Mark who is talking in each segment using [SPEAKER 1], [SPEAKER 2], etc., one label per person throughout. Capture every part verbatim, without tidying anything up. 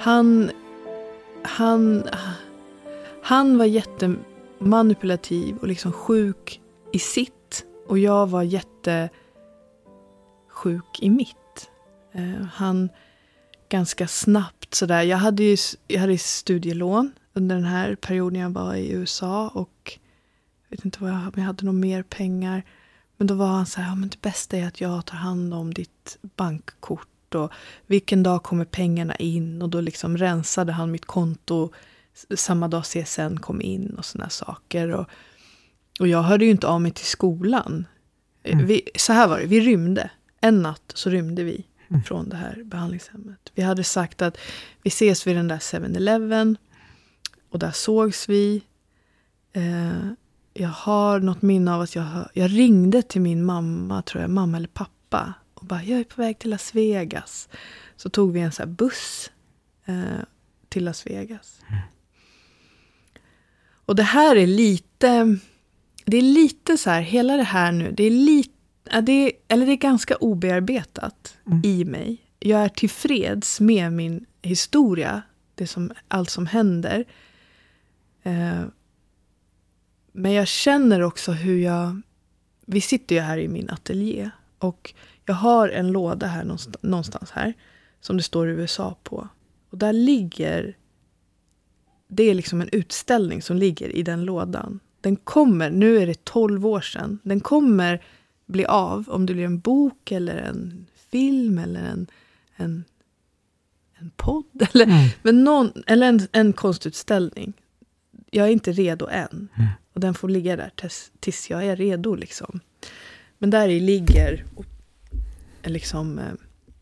[SPEAKER 1] Han, han, han var jättemanipulativ och liksom sjuk i sitt. Och jag var jättesjuk i mitt. Uh, han ganska snabbt sådär. Jag hade ju jag hade studielån under den här perioden jag var i U S A. Och jag vet inte vad jag, om jag hade någon mer pengar. Men då var han så här, ja, men det bästa är att jag tar hand om ditt bankkort. Och vilken dag kommer pengarna in? Och då liksom rensade han mitt konto samma dag C S N kom in och såna saker. Och, och jag hörde ju inte av mig till skolan. Mm. Vi, så här var det, vi rymde. En natt så rymde vi mm. från det här behandlingshemmet. Vi hade sagt att vi ses vid den där seven eleven. Och där sågs vi. Eh, jag har något minne av att jag, jag ringde till min mamma, tror jag, mamma eller pappa. Och bara, jag är på väg till Las Vegas. Så tog vi en så här buss eh, till Las Vegas. Mm. Och det här är lite, det är lite så här, hela det här nu, det är lite, det är, eller det är ganska obearbetat mm. i mig. Jag är tillfreds med min historia, det som, allt som händer. Eh, men jag känner också hur jag, vi sitter ju här i min ateljé och jag har en låda här någonstans, någonstans här som det står U S A på. Och där ligger, det är liksom en utställning som ligger i den lådan. Den kommer, nu är det tolv år sedan, den kommer bli av om det blir en bok eller en film eller en, en, en podd eller, mm. men någon, eller en, en konstutställning. Jag är inte redo än. Mm. Och den får ligga där tills, tills jag är redo liksom. Men där i ligger liksom eh,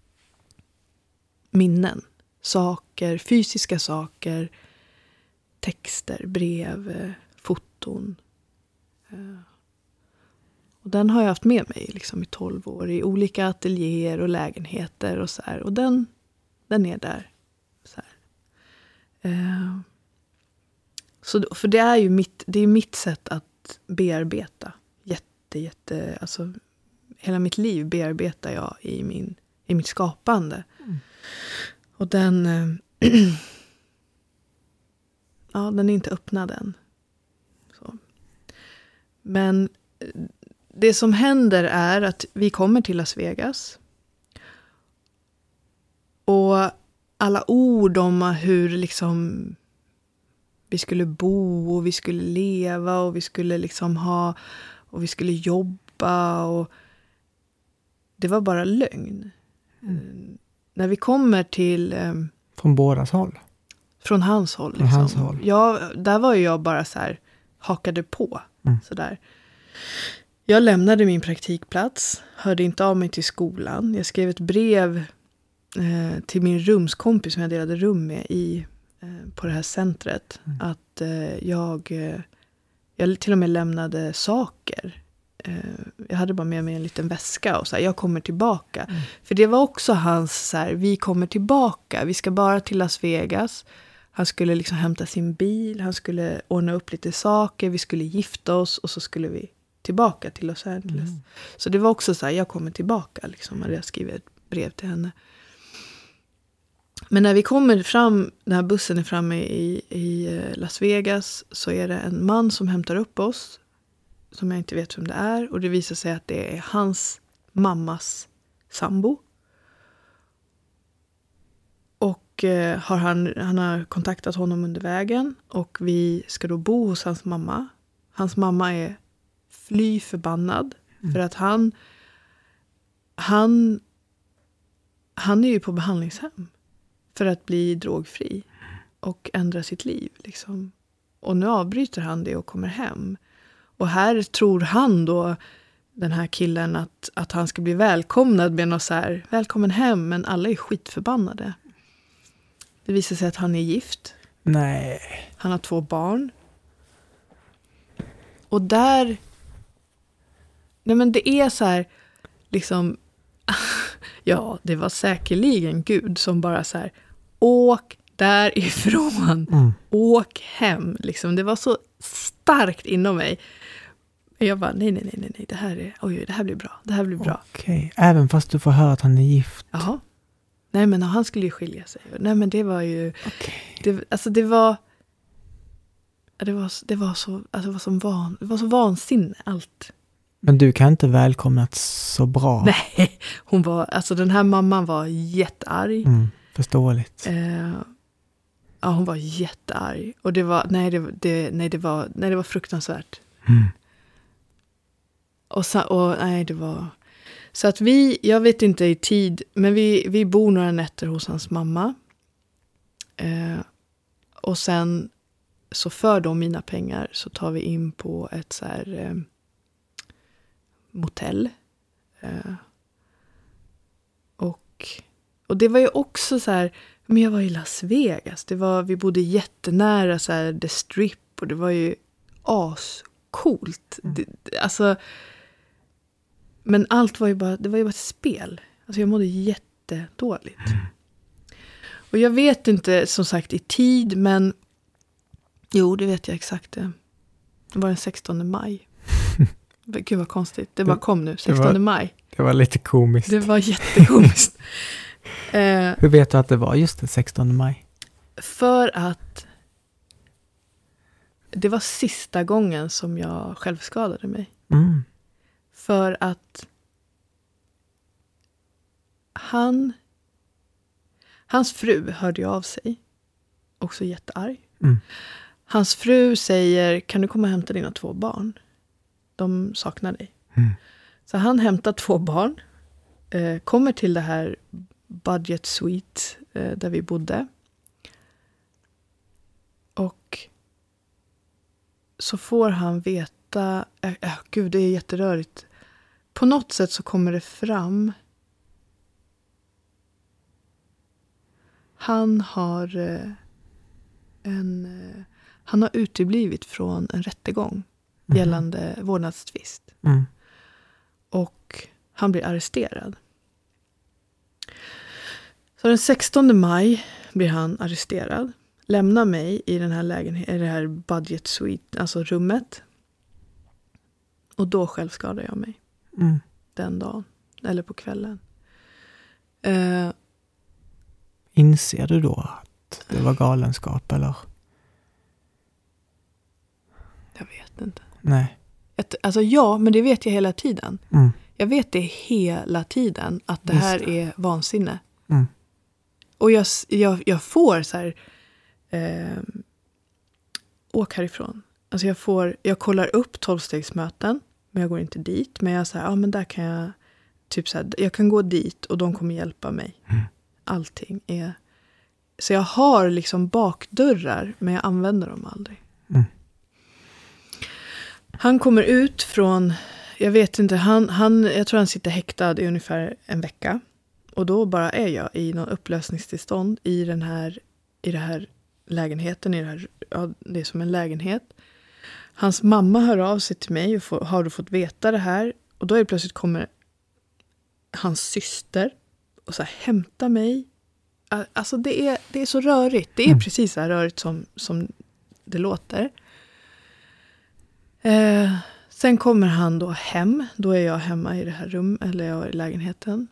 [SPEAKER 1] minnen, saker, fysiska saker, texter, brev, eh, foton. Eh. Och den har jag haft med mig liksom i tolv år i olika ateljéer och lägenheter och så här. Och den, den är där. Så här. Eh. Så, för det är ju mitt, det är mitt sätt att bearbeta. Jätte, jätte, alltså hela mitt liv bearbetar jag i, min, i mitt skapande. Mm. Och den, ja, den är inte öppnad än. Så. Men det som händer är att vi kommer till Las Vegas. Och alla ord om hur liksom vi skulle bo och vi skulle leva och vi skulle liksom ha och vi skulle jobba och det var bara lögn. Mm. När vi kommer till um,
[SPEAKER 2] från bådas håll.
[SPEAKER 1] Från hans håll
[SPEAKER 2] från
[SPEAKER 1] liksom.
[SPEAKER 2] Hans håll.
[SPEAKER 1] Jag, där var ju jag bara så här hakade på
[SPEAKER 2] mm.
[SPEAKER 1] så där. Jag lämnade min praktikplats, hörde inte av mig till skolan. Jag skrev ett brev eh, till min rumskompis som jag delade rum med i på det här centret. Mm. Att eh, jag, eh, jag till och med lämnade saker. Eh, jag hade bara med mig en liten väska och så här, jag kommer tillbaka. Mm. För det var också hans så här, vi kommer tillbaka. Vi ska bara till Las Vegas. Han skulle liksom hämta sin bil. Han skulle ordna upp lite saker. Vi skulle gifta oss och så skulle vi tillbaka till Los Angeles. Mm. Så det var också så här, jag kommer tillbaka liksom. Hade jag skrivit ett brev till henne. Men när vi kommer fram, den här bussen är framme i, i Las Vegas så är det en man som hämtar upp oss som jag inte vet vem det är och det visar sig att det är hans mammas sambo. Och eh, har han, han har kontaktat honom under vägen och vi ska då bo hos hans mamma. Hans mamma är fly förbannad mm. för att han han han är ju på behandlingshem. För att bli drogfri. Och ändra sitt liv. Liksom. Och nu avbryter han det och kommer hem. Och här tror han då. Den här killen. Att, att han ska bli välkomnad med något så här. Välkommen hem. Men alla är skitförbannade. Det visar sig att han är gift.
[SPEAKER 2] Nej.
[SPEAKER 1] Han har två barn. Och där. Nej men det är så här. Liksom. Ja, det var säkerligen Gud som bara så här, åk därifrån, mm. åk hem. Liksom. Det var så starkt inom mig. Jag bara, nej, nej, nej, nej, det här är, oj, det här blir bra, det här blir bra.
[SPEAKER 2] Okej, även fast du får höra att han är gift.
[SPEAKER 1] Ja, Nej, men han skulle ju skilja sig. Nej, men det var ju...
[SPEAKER 2] Okay.
[SPEAKER 1] Det, alltså det var... Det var, det var så... Alltså det var så van, det var så vansinne, allt.
[SPEAKER 2] Men du kan inte välkomnat så bra.
[SPEAKER 1] Nej, hon var... Alltså den här mamman var jättearg.
[SPEAKER 2] Mm, förståeligt.
[SPEAKER 1] Eh, ja, hon var jättearg. Och det var... Nej, det, det, nej, det, var, nej, det var fruktansvärt.
[SPEAKER 2] Mm.
[SPEAKER 1] Och, så, och nej, det var... Så att vi, jag vet inte i tid, men vi, vi bor några nätter hos hans mamma. Eh, och sen så för de mina pengar så tar vi in på ett så här eh, motell. Eh, och, och det var ju också så här, men jag var i Las Vegas. Det var, vi bodde jättenära så här The Strip och det var ju ascoolt.
[SPEAKER 2] Mm.
[SPEAKER 1] Det, alltså... Men allt var ju bara, det var ju bara ett spel. Alltså jag mådde jättedåligt. Mm. Och jag vet inte som sagt i tid, men jo, det vet jag exakt. Det var den sextonde maj. Gud vad konstigt. Det bara kom nu, sextonde
[SPEAKER 2] det var,
[SPEAKER 1] maj.
[SPEAKER 2] Det var lite komiskt.
[SPEAKER 1] Det var jättekomiskt. eh,
[SPEAKER 2] Hur vet du att det var just den sextonde maj?
[SPEAKER 1] För att det var sista gången som jag självskadade mig.
[SPEAKER 2] Mm.
[SPEAKER 1] För att han, hans fru hörde ju av sig. Också jättearg.
[SPEAKER 2] Mm.
[SPEAKER 1] Hans fru säger, kan du komma och hämta dina två barn? De saknar dig.
[SPEAKER 2] Mm.
[SPEAKER 1] Så han hämtar två barn. Eh, kommer till det här budget suite eh, där vi bodde. Och så får han veta, äh, äh, gud det är jätterörigt. På något sätt så kommer det fram. Han har eh, en eh, han har uteblivit från en rättegång mm. gällande vårdnadstvist.
[SPEAKER 2] Mm.
[SPEAKER 1] Och han blir arresterad. Så den sextonde maj blir han arresterad. Lämnar mig i den här lägenheten, i det här budget suite, alltså rummet. Och då själv skadade jag mig.
[SPEAKER 2] Mm.
[SPEAKER 1] Den dagen. Eller på kvällen. Uh,
[SPEAKER 2] Inser du då att det var galenskap eller?
[SPEAKER 1] Jag vet inte.
[SPEAKER 2] Nej.
[SPEAKER 1] Ett, alltså ja, men det vet jag hela tiden.
[SPEAKER 2] Mm.
[SPEAKER 1] Jag vet det hela tiden att det
[SPEAKER 2] Just
[SPEAKER 1] här
[SPEAKER 2] det.
[SPEAKER 1] är vansinne.
[SPEAKER 2] Mm.
[SPEAKER 1] Och jag, jag, jag får så här eh, åk härifrån. Alltså jag får, jag kollar upp tolvstegsmöten, men jag går inte dit. Men jag säger, ja men där kan jag, typ så här, jag kan gå dit och de kommer hjälpa mig.
[SPEAKER 2] Mm.
[SPEAKER 1] Allting är, så jag har liksom bakdörrar, men jag använder dem aldrig.
[SPEAKER 2] Mm.
[SPEAKER 1] Han kommer ut från, jag vet inte, han, han, jag tror han sitter häktad i ungefär en vecka. Och då bara är jag i någon upplösningstillstånd i den här, i den här lägenheten. I det, här, ja, det är som en lägenhet. Hans mamma hör av sig till mig och får, har du fått veta det här? Och då är det plötsligt kommer hans syster och så här, hämtar mig. Alltså det är, det är så rörigt. Det är mm. precis så här rörigt som, som det låter. Eh, sen kommer han då hem. Då är jag hemma i det här rummet, eller jag är i lägenheten.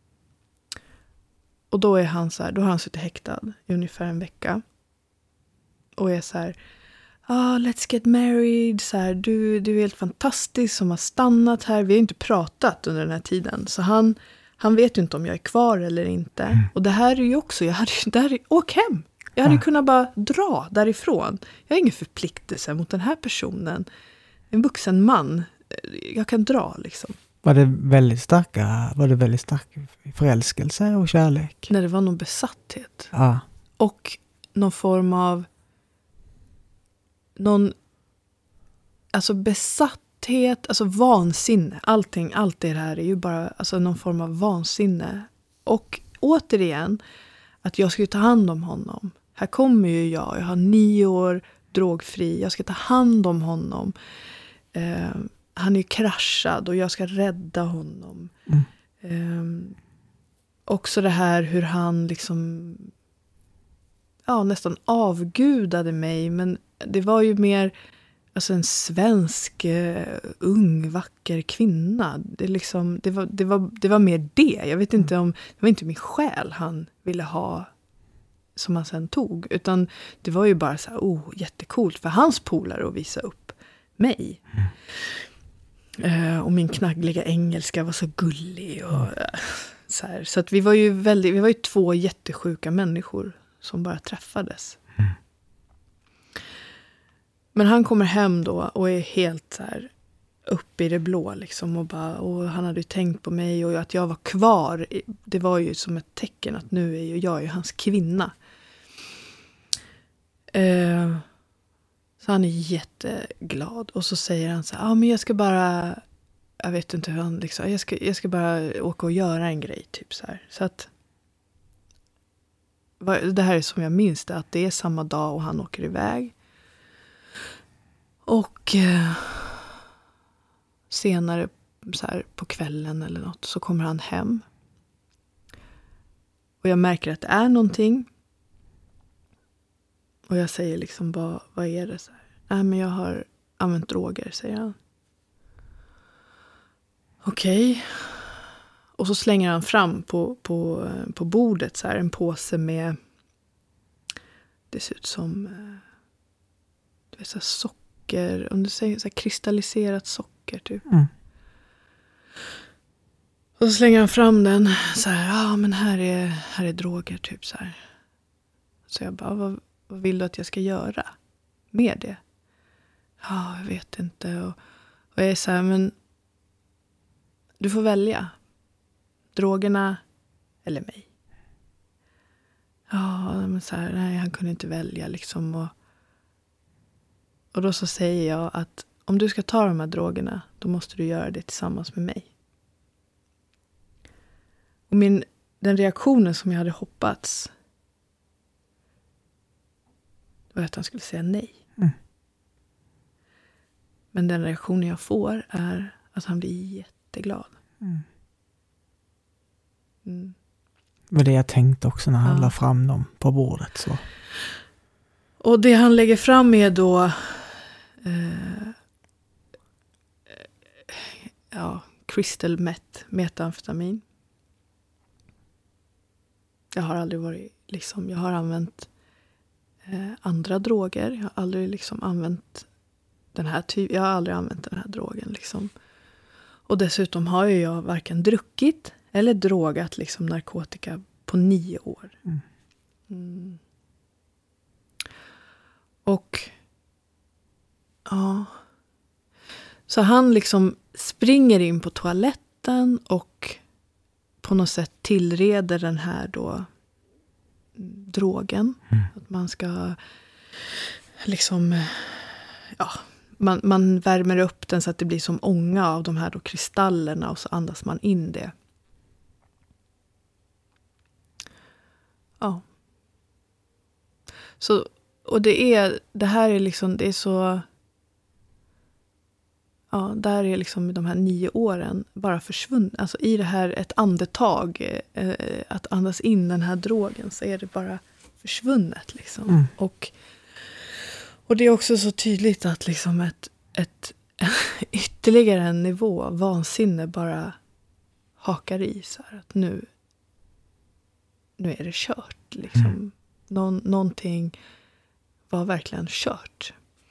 [SPEAKER 1] Och då är han så här, då har han suttit häktad i ungefär en vecka. Och är så här, ah, let's get married. Så här, du, du är helt fantastisk som har stannat här. Vi har inte pratat under den här tiden. Så han, han vet ju inte om jag är kvar eller inte. Mm. Och det här är ju också, jag hade, det här är, åk hem. Jag hade ja. kunnat bara dra därifrån. Jag har ingen förpliktelse mot den här personen. En vuxen man. Jag kan dra liksom.
[SPEAKER 2] Var det väldigt starka, var det väldigt stark förälskelse och kärlek?
[SPEAKER 1] Nej, det var någon besatthet.
[SPEAKER 2] Ja.
[SPEAKER 1] Och någon form av någon alltså besatthet, alltså vansinne. Allting, allt det här är ju bara alltså någon form av vansinne. Och återigen att jag ska ta hand om honom. Här kommer ju jag, jag har nio år drogfri. Jag ska ta hand om honom. Eh, han är ju kraschad och jag ska rädda honom. Mm. Eh, också det här hur han liksom ja, nästan avgudade mig. Men det var ju mer alltså en svensk uh, ung, vacker kvinna. Det, liksom, det, var, det, var, det var mer det. Jag vet inte om, det var inte min själ han ville ha som han sen tog. Utan det var ju bara så här, oh, jättekult för hans polare att visa upp mig. Mm. Uh, och min knaggliga engelska var så gullig. Och, uh, så här. Så att vi var ju väldigt, vi var ju två jättesjuka människor som bara träffades. Mm. Men han kommer hem då och är helt så här uppe i det blå liksom. Och, bara, och han hade ju tänkt på mig och att jag var kvar. Det var ju som ett tecken att nu är ju jag ju hans kvinna. Uh, så han är jätteglad. Och så säger han så här, ja ah, men jag ska bara, jag vet inte hur han liksom, jag ska, jag ska bara åka och göra en grej typ så här. Så att, det här är som jag minns det, att det är samma dag och han åker iväg. Och eh, senare så här, på kvällen eller något så kommer han hem. Och jag märker att det är någonting. Och jag säger liksom, vad, vad är det? Så här, nej men jag har använt droger, säger han. Okej. Okay. Och så slänger han fram på, på, på bordet så här, en påse med, det ser ut som du vet, så här socker, om du säger så här kristalliserat socker typ. Mm. Och så slänger han fram den så här, ja ah, men här är, här är droger typ så här. Så jag bara, vad, vad vill du att jag ska göra med det? Ja, ah, jag vet inte. Och, och jag är så här, men du får välja. Drogerna eller mig. Ja, men så här, nej, han kunde inte välja liksom. Och, och då så säger jag att om du ska ta de här drogerna, då måste du göra det tillsammans med mig. Och min, den reaktionen som jag hade hoppats var att han skulle säga nej. Mm. Men den reaktionen jag får är att han blir jätteglad. Mm.
[SPEAKER 2] Mm. Det var det jag tänkte också när han ja. la fram dem på bordet. Så.
[SPEAKER 1] Och det han lägger fram är då eh, ja, crystal meth, metamfetamin. Jag har aldrig varit liksom, jag har använt eh, andra droger. Jag har aldrig liksom använt den här typen, jag har aldrig använt den här drogen liksom. Och dessutom har ju jag varken druckit eller drogat liksom narkotika på nio år. Mm. Mm. Och ja. Så han liksom springer in på toaletten och på något sätt tillreder den här då drogen. Mm. Att man ska liksom, ja, man, man värmer upp den så att det blir som ånga av de här då kristallerna och så andas man in det. Ja. Så, och det är, det här är liksom, det är så, ja, där är liksom de här nio åren bara försvunnit. Alltså i det här ett andetag, eh, att andas in den här drogen, så är det bara försvunnet liksom. Mm. Och, och det är också så tydligt att liksom ett, ett ytterligare en nivå vansinne bara hakar i så här, att nu nu är det kört liksom. Mm. Någon, någonting var verkligen kört.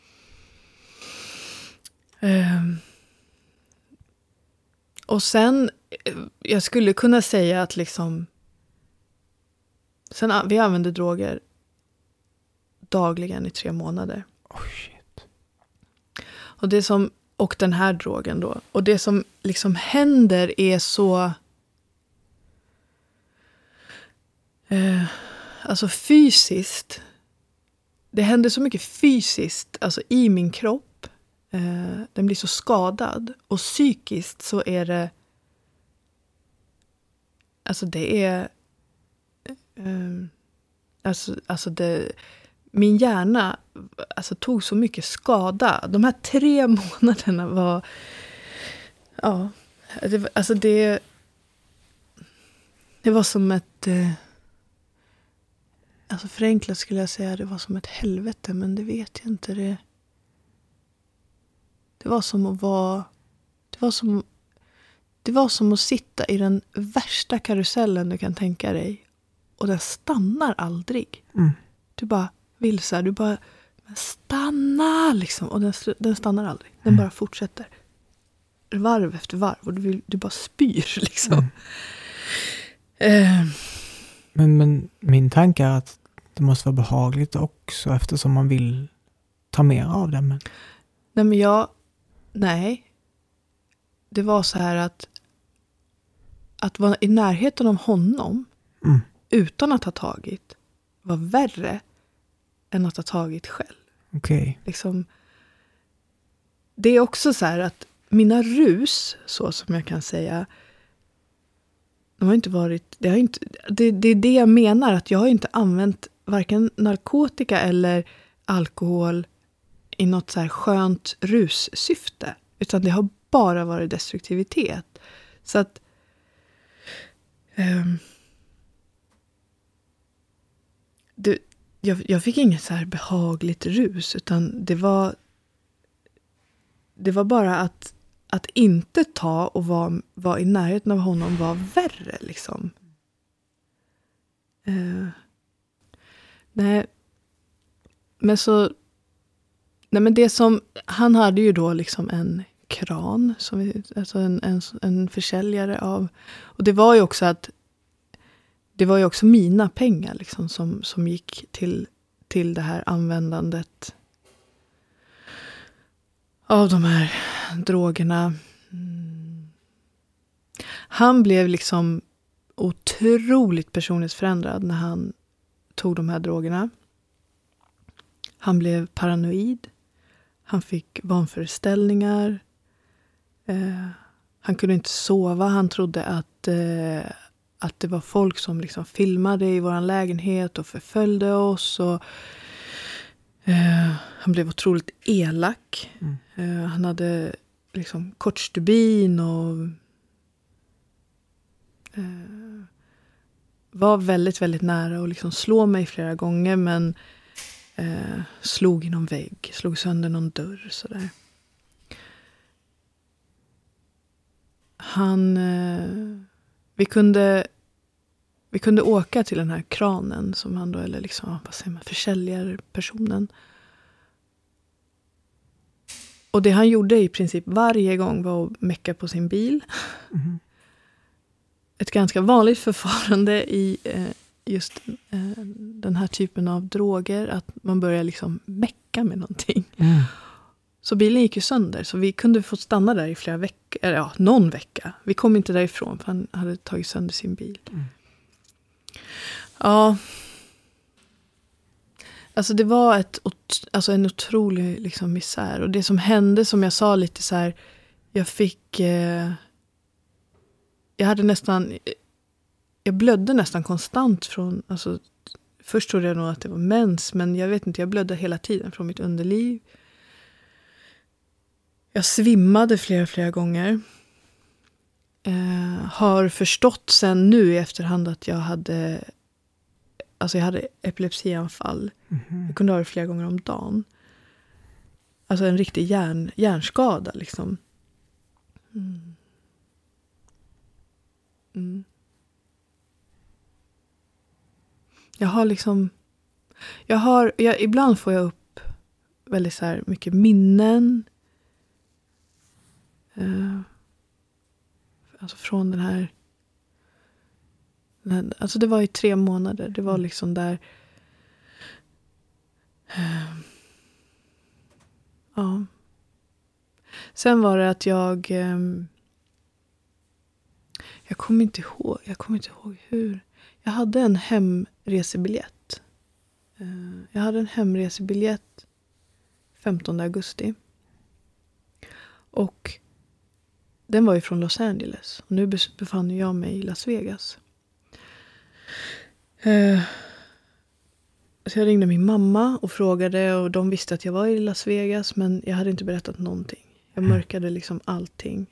[SPEAKER 1] Um, och sen jag skulle kunna säga att liksom sen vi använde droger dagligen i tre månader.
[SPEAKER 2] Oh shit.
[SPEAKER 1] Och det som, och den här drogen då, och det som liksom händer är så eh, alltså fysiskt, det händer så mycket fysiskt alltså i min kropp. Eh, den blir så skadad, och psykiskt så är det alltså det är eh, alltså, alltså det, min hjärna alltså tog så mycket skada. De här tre månaderna var ja, det, alltså det det var som ett eh, alltså förenklat skulle jag säga det var som ett helvete, men det vet jag inte det. Det var som att vara... Det var som, det var som att sitta i den värsta karusellen du kan tänka dig. Och den stannar aldrig.
[SPEAKER 2] Mm.
[SPEAKER 1] Du bara vill så här, du bara... Men stanna liksom. Och den, den stannar aldrig. Den mm. bara fortsätter. Varv efter varv. Och du, vill, du bara spyr liksom. Mm. Uh.
[SPEAKER 2] Men, men min tanke är att det måste vara behagligt också. Eftersom man vill ta mer av det. Men...
[SPEAKER 1] Nej men jag... Nej. Det var så här att... Att vara i närheten av honom.
[SPEAKER 2] Mm.
[SPEAKER 1] Utan att ha tagit. Var värre. Än att ha tagit själv.
[SPEAKER 2] Okej. Okay.
[SPEAKER 1] Liksom, det är också så här att mina rus, så som jag kan säga, de har inte varit, det, har inte, det, det är det jag menar, att jag har inte använt varken narkotika eller alkohol i något så här skönt russyfte, utan det har bara varit destruktivitet. Så att um, det Jag, jag fick inget så här behagligt rus, utan det var det var bara att att inte ta och vara var i närheten av honom var värre liksom. Uh, nej. Men så nej men det som han hade ju då liksom en kran som vi, alltså en en en försäljare av, och det var ju också att det var ju också mina pengar liksom som, som gick till, till det här användandet av de här drogerna. Mm. Han blev liksom otroligt personlighetsförändrad när han tog de här drogerna. Han blev paranoid. Han fick vanföreställningar. Eh, han kunde inte sova. Han trodde att... Eh, Att det var folk som liksom filmade i våran lägenhet och förföljde oss. Och, eh, han blev otroligt elak. Mm. Eh, han hade liksom kortstubin och eh, var väldigt, väldigt nära att liksom slå mig flera gånger. Men eh, slog i någon vägg, slog sönder någon dörr. Sådär. Han... Eh, vi kunde... Vi kunde åka till den här kranen som han då, eller liksom, vad säger man, försäljarpersonen. Och det han gjorde i princip varje gång var att mecka på sin bil. Mm. Ett ganska vanligt förfarande i eh, just eh, den här typen av droger, att man börjar liksom mecka med någonting. Mm. Så bilen gick ju sönder, så vi kunde få stanna där i flera veckor, eller ja, någon vecka. Vi kom inte därifrån för han hade tagit sönder sin bil. Mm. Ja. Alltså det var ett, alltså en otrolig liksom misär. Och det som hände, som jag sa lite så här, jag fick eh, jag hade nästan jag blödde nästan konstant från, alltså först trodde jag nog att det var mens, men jag vet inte, jag blödde hela tiden från mitt underliv. Jag svimmade flera flera gånger. Eh, har förstått sen nu i efterhand att jag hade alltså jag hade epilepsianfall. Mm-hmm. Jag kunde ha det flera gånger om dagen. Alltså en riktig hjärn, hjärnskada liksom. Mm. Mm. Jag har liksom jag har jag, ibland får jag upp väldigt så här mycket minnen. Uh, alltså från den här, den här alltså det var i tre månader, det var liksom där uh, ja. Sen var det att jag um, jag kommer inte ihåg jag kommer inte ihåg hur jag hade en hemresebiljett. Uh, jag hade en hemresebiljett femtonde augusti. Och den var ju från Los Angeles. Och nu befann jag mig i Las Vegas. Uh, så jag ringde min mamma och frågade. Och de visste att jag var i Las Vegas. Men jag hade inte berättat någonting. Jag mörkade liksom allting.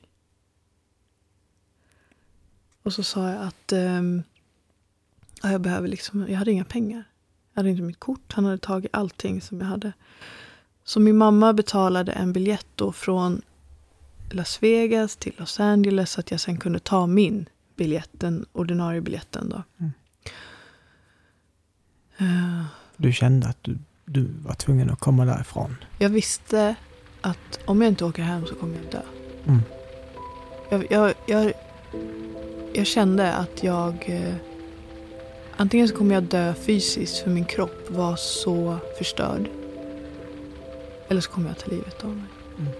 [SPEAKER 1] Och så sa jag att um, ja, jag behöver liksom, jag hade inga pengar. Jag hade inte mitt kort. Han hade tagit allting som jag hade. Så min mamma betalade en biljett då från Las Vegas till Los Angeles så att jag sen kunde ta min biljett, den ordinarie biljetten då.
[SPEAKER 2] Mm.
[SPEAKER 1] Uh,
[SPEAKER 2] Du kände att du, du var tvungen att komma därifrån?
[SPEAKER 1] Jag visste att om jag inte åker hem så kommer jag dö.
[SPEAKER 2] Mm.
[SPEAKER 1] Jag, jag, jag, jag kände att jag... Eh, antingen så kommer jag dö fysiskt för min kropp var så förstörd. Eller så kommer jag ta livet av mig.
[SPEAKER 2] Mm.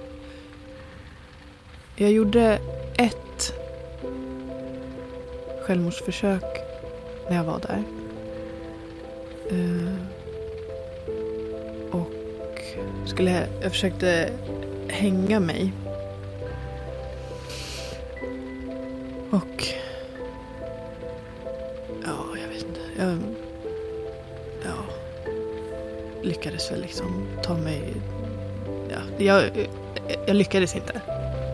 [SPEAKER 1] Jag gjorde ett självmordsförsök när jag var där. Uh, och skulle jag försökte hänga mig. Och ja, jag vet inte. Jag, ja, lyckades väl liksom ta mig. Ja, jag, jag lyckades inte.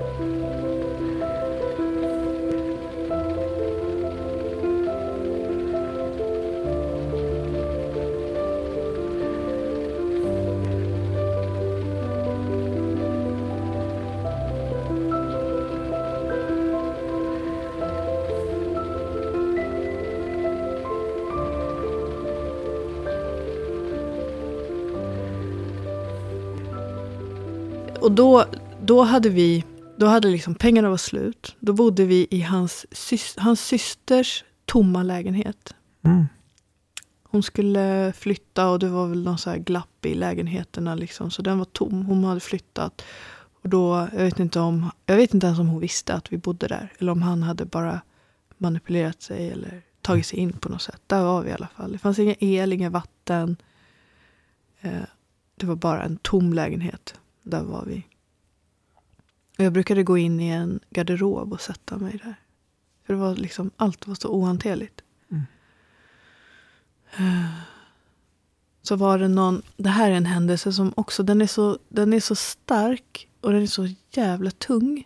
[SPEAKER 1] Och då, då hade vi, då hade liksom pengarna var slut. Då bodde vi i hans, hans systers tomma lägenhet.
[SPEAKER 2] Mm.
[SPEAKER 1] Hon skulle flytta och det var väl någon så här glapp i lägenheterna liksom. Så den var tom, hon hade flyttat. Och då, jag vet inte om, jag vet inte ens om hon visste att vi bodde där. Eller om han hade bara manipulerat sig eller tagit sig in på något sätt. Där var vi i alla fall. Det fanns ingen el, ingen vatten. Eh, det var bara en tom lägenhet. Där var vi. Och jag brukade gå in i en garderob och sätta mig där. För det var liksom, allt var så ohanterligt.
[SPEAKER 2] Mm.
[SPEAKER 1] Så var det någon, det här är en händelse som också, den är så, den är så stark och den är så jävla tung.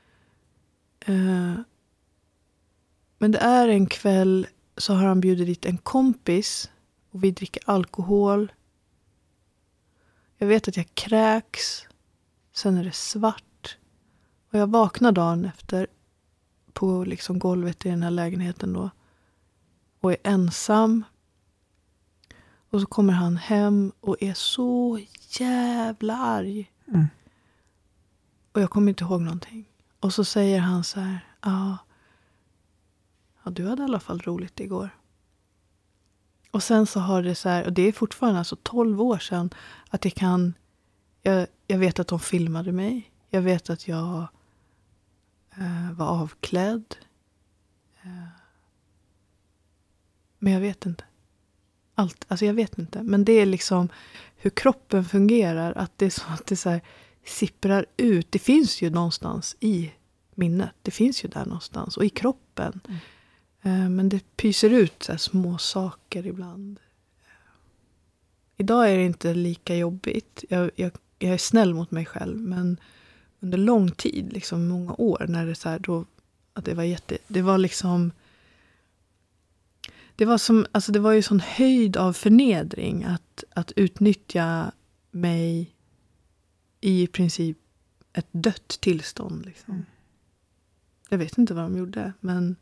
[SPEAKER 1] Men det är en kväll så har han bjudit dit en kompis och vi dricker alkohol. Jag vet att jag kräks. Sen är det svart. Och jag vaknar dagen efter på liksom golvet i den här lägenheten då. Och är ensam. Och så kommer han hem och är så jävla arg.
[SPEAKER 2] Mm.
[SPEAKER 1] Och jag kommer inte ihåg någonting. Och så säger han så här. Ja, ja du hade i alla fall roligt igår. Och sen så har det så här, och det är fortfarande alltså tolv år sedan, att jag kan, jag, jag vet att de filmade mig. Jag vet att jag eh, var avklädd. Eh, men jag vet inte. Allt, alltså jag vet inte. Men det är liksom hur kroppen fungerar, att det är så att det så här sipprar ut. Det finns ju någonstans i minnet. Det finns ju där någonstans. Och i kroppen. Mm. Men det pyser ut så här små saker ibland. Idag är det inte lika jobbigt. Jag, jag, jag är snäll mot mig själv. Men under lång tid, liksom många år, när det så här då, att det var jätte, det var liksom, det var som, alltså det var ju sån höjd av förnedring att, att utnyttja mig i princip ett dött tillstånd liksom. Mm. Jag vet inte vad de gjorde, men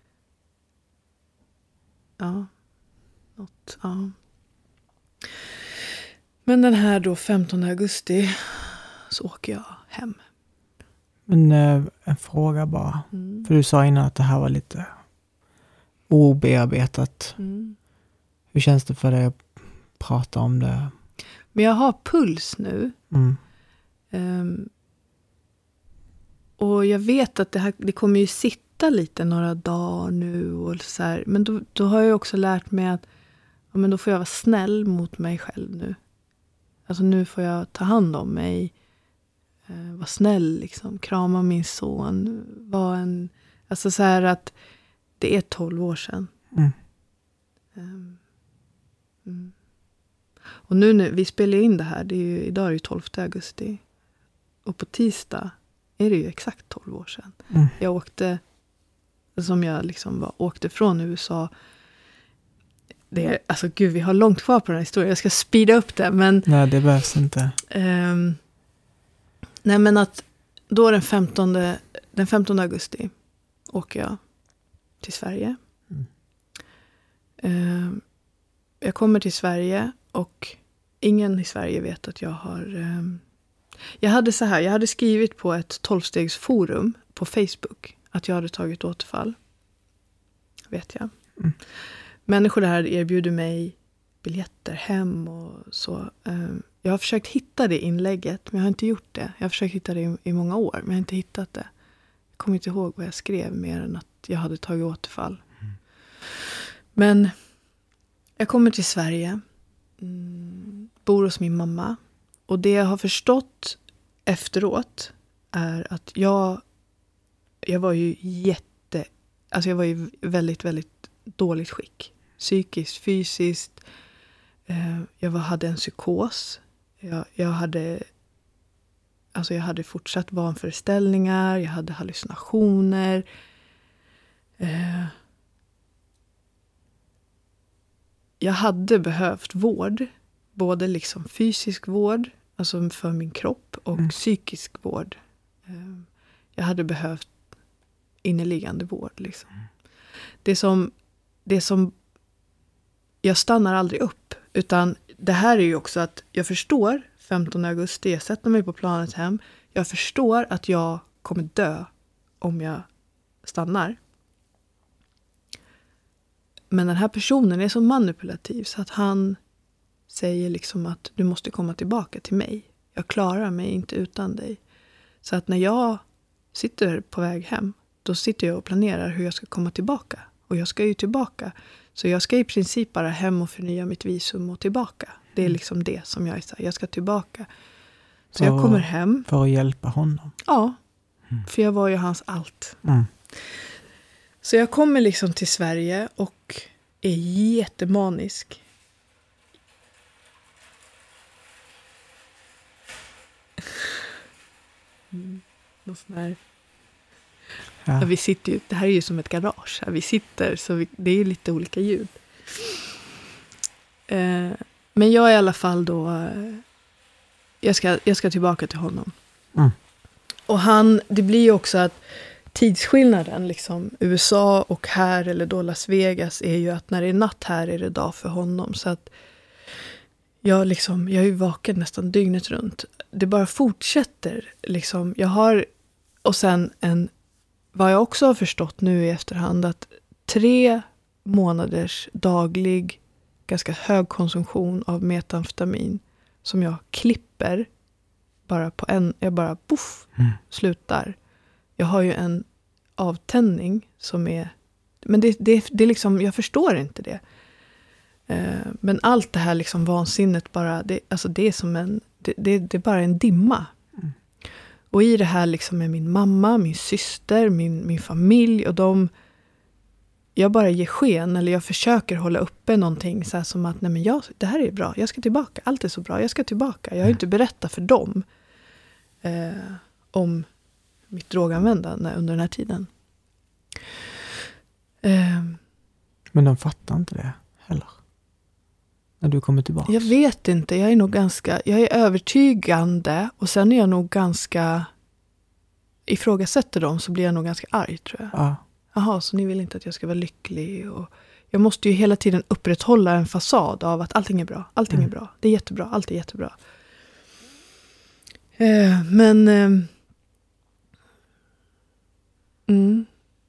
[SPEAKER 1] ja, något, ja. Men den här då femtonde augusti så åker jag hem.
[SPEAKER 2] Men eh, en fråga bara.
[SPEAKER 1] Mm.
[SPEAKER 2] För du sa innan att det här var lite obearbetat.
[SPEAKER 1] Mm.
[SPEAKER 2] Hur känns det för dig att prata om det?
[SPEAKER 1] Men jag har puls nu.
[SPEAKER 2] Mm.
[SPEAKER 1] Um, och jag vet att det, här, det kommer ju sitta lite några dagar nu. Och så här. Men då, då har jag också lärt mig att ja, men då får jag vara snäll mot mig själv nu. Alltså nu får jag ta hand om mig. Uh, vara snäll liksom. Krama min son. Vara en, alltså så här att det är tolv år sedan.
[SPEAKER 2] Mm.
[SPEAKER 1] Um, mm. Och nu när vi spelar in det här, det är ju, idag är det ju tolfte augusti. Och på tisdag är det ju exakt tolv år sedan.
[SPEAKER 2] Mm.
[SPEAKER 1] Jag åkte, som jag liksom var, åkte från U S A. det är, alltså gud, vi har långt kvar på den här historien. Jag ska speeda upp det, men...
[SPEAKER 2] Nej, det behövs inte.
[SPEAKER 1] Um, nej, men att då den femtonde, den femtonde augusti åker jag till Sverige. Mm. Um, jag kommer till Sverige och ingen i Sverige vet att jag har... Um, jag hade så här, jag hade skrivit på ett tolvstegsforum på Facebook att jag hade tagit återfall. Vet jag. Mm. Människor där hade erbjudit mig biljetter hem och så. Jag har försökt hitta det inlägget, men jag har inte gjort det. Jag har försökt hitta det i, i många år, men jag har inte hittat det. Jag kommer inte ihåg vad jag skrev mer än att jag hade tagit återfall. Mm. Men jag kommer till Sverige. Mm, bor hos min mamma. Och det jag har förstått efteråt är att jag, jag var ju jätte, alltså jag var ju väldigt, väldigt dåligt skick. Psykiskt, fysiskt. Eh, jag var, hade en psykos. Jag, jag hade, alltså jag hade fortsatt vanföreställningar. Jag hade hallucinationer. Eh, jag hade behövt vård. Både liksom fysisk vård, alltså för min kropp, och mm. psykisk vård. Jag hade behövt inneliggande vård. Liksom. Mm. Det som, det som, jag stannar aldrig upp. Utan det här är ju också att jag förstår, femtonde augusti, jag sätter mig på planet hem. Jag förstår att jag kommer dö om jag stannar. Men den här personen är så manipulativ så att han säger liksom att du måste komma tillbaka till mig. Jag klarar mig inte utan dig. Så att när jag sitter på väg hem, då sitter jag och planerar hur jag ska komma tillbaka. Och jag ska ju tillbaka. Så jag ska i princip bara hem och förnya mitt visum och tillbaka. Det är liksom det som jag är så här, jag ska tillbaka. Så för, jag kommer hem.
[SPEAKER 2] För att hjälpa honom?
[SPEAKER 1] Ja, mm. för jag var ju hans allt. Mm. Så jag kommer liksom till Sverige och är jättemanisk. Mm. Någon sån här... ja. Ja, vi sitter ju, det här är ju som ett garage. Vi sitter, så vi, det är lite olika ljud. Eh, men jag är i alla fall då... Eh, jag, ska, jag ska tillbaka till honom. Mm. Och han, det blir ju också att tidsskillnaden, liksom U S A och här, eller då Las Vegas, är ju att när det är natt här är det dag för honom. Så att jag, liksom, jag är ju vaken nästan dygnet runt. Det bara fortsätter. Liksom. Jag har, och sen en, vad jag också har förstått nu i efterhand, att tre månaders daglig, ganska hög konsumtion av metamfetamin som jag klipper bara på en, jag bara puff, mm. slutar. Jag har ju en avtändning som är, men det, det, det är liksom, jag förstår inte det. Uh, men allt det här liksom vansinnet bara, det, alltså det är som en, det, det, det är bara en dimma. Mm. Och i det här liksom är min mamma, min syster, min, min familj, och de, jag bara ger sken, eller jag försöker hålla uppe någonting så här som att, nej men jag, det här är bra, jag ska tillbaka, allt är så bra, jag ska tillbaka. Jag har ju inte berättat för dem uh, om mitt droganvändande under den här tiden. Uh,
[SPEAKER 2] men de fattar inte det heller. När du kommer tillbaka.
[SPEAKER 1] Jag vet inte. Jag är nog ganska... Jag är övertygande. Och sen är jag nog ganska... Ifrågasätter dem så blir jag nog ganska arg, tror jag.
[SPEAKER 2] Ja.
[SPEAKER 1] Jaha, så ni vill inte att jag ska vara lycklig. Och jag måste ju hela tiden upprätthålla en fasad av att allting är bra. Allting mm. är bra. Det är jättebra. Allt är jättebra. Eh, men... Eh, mm.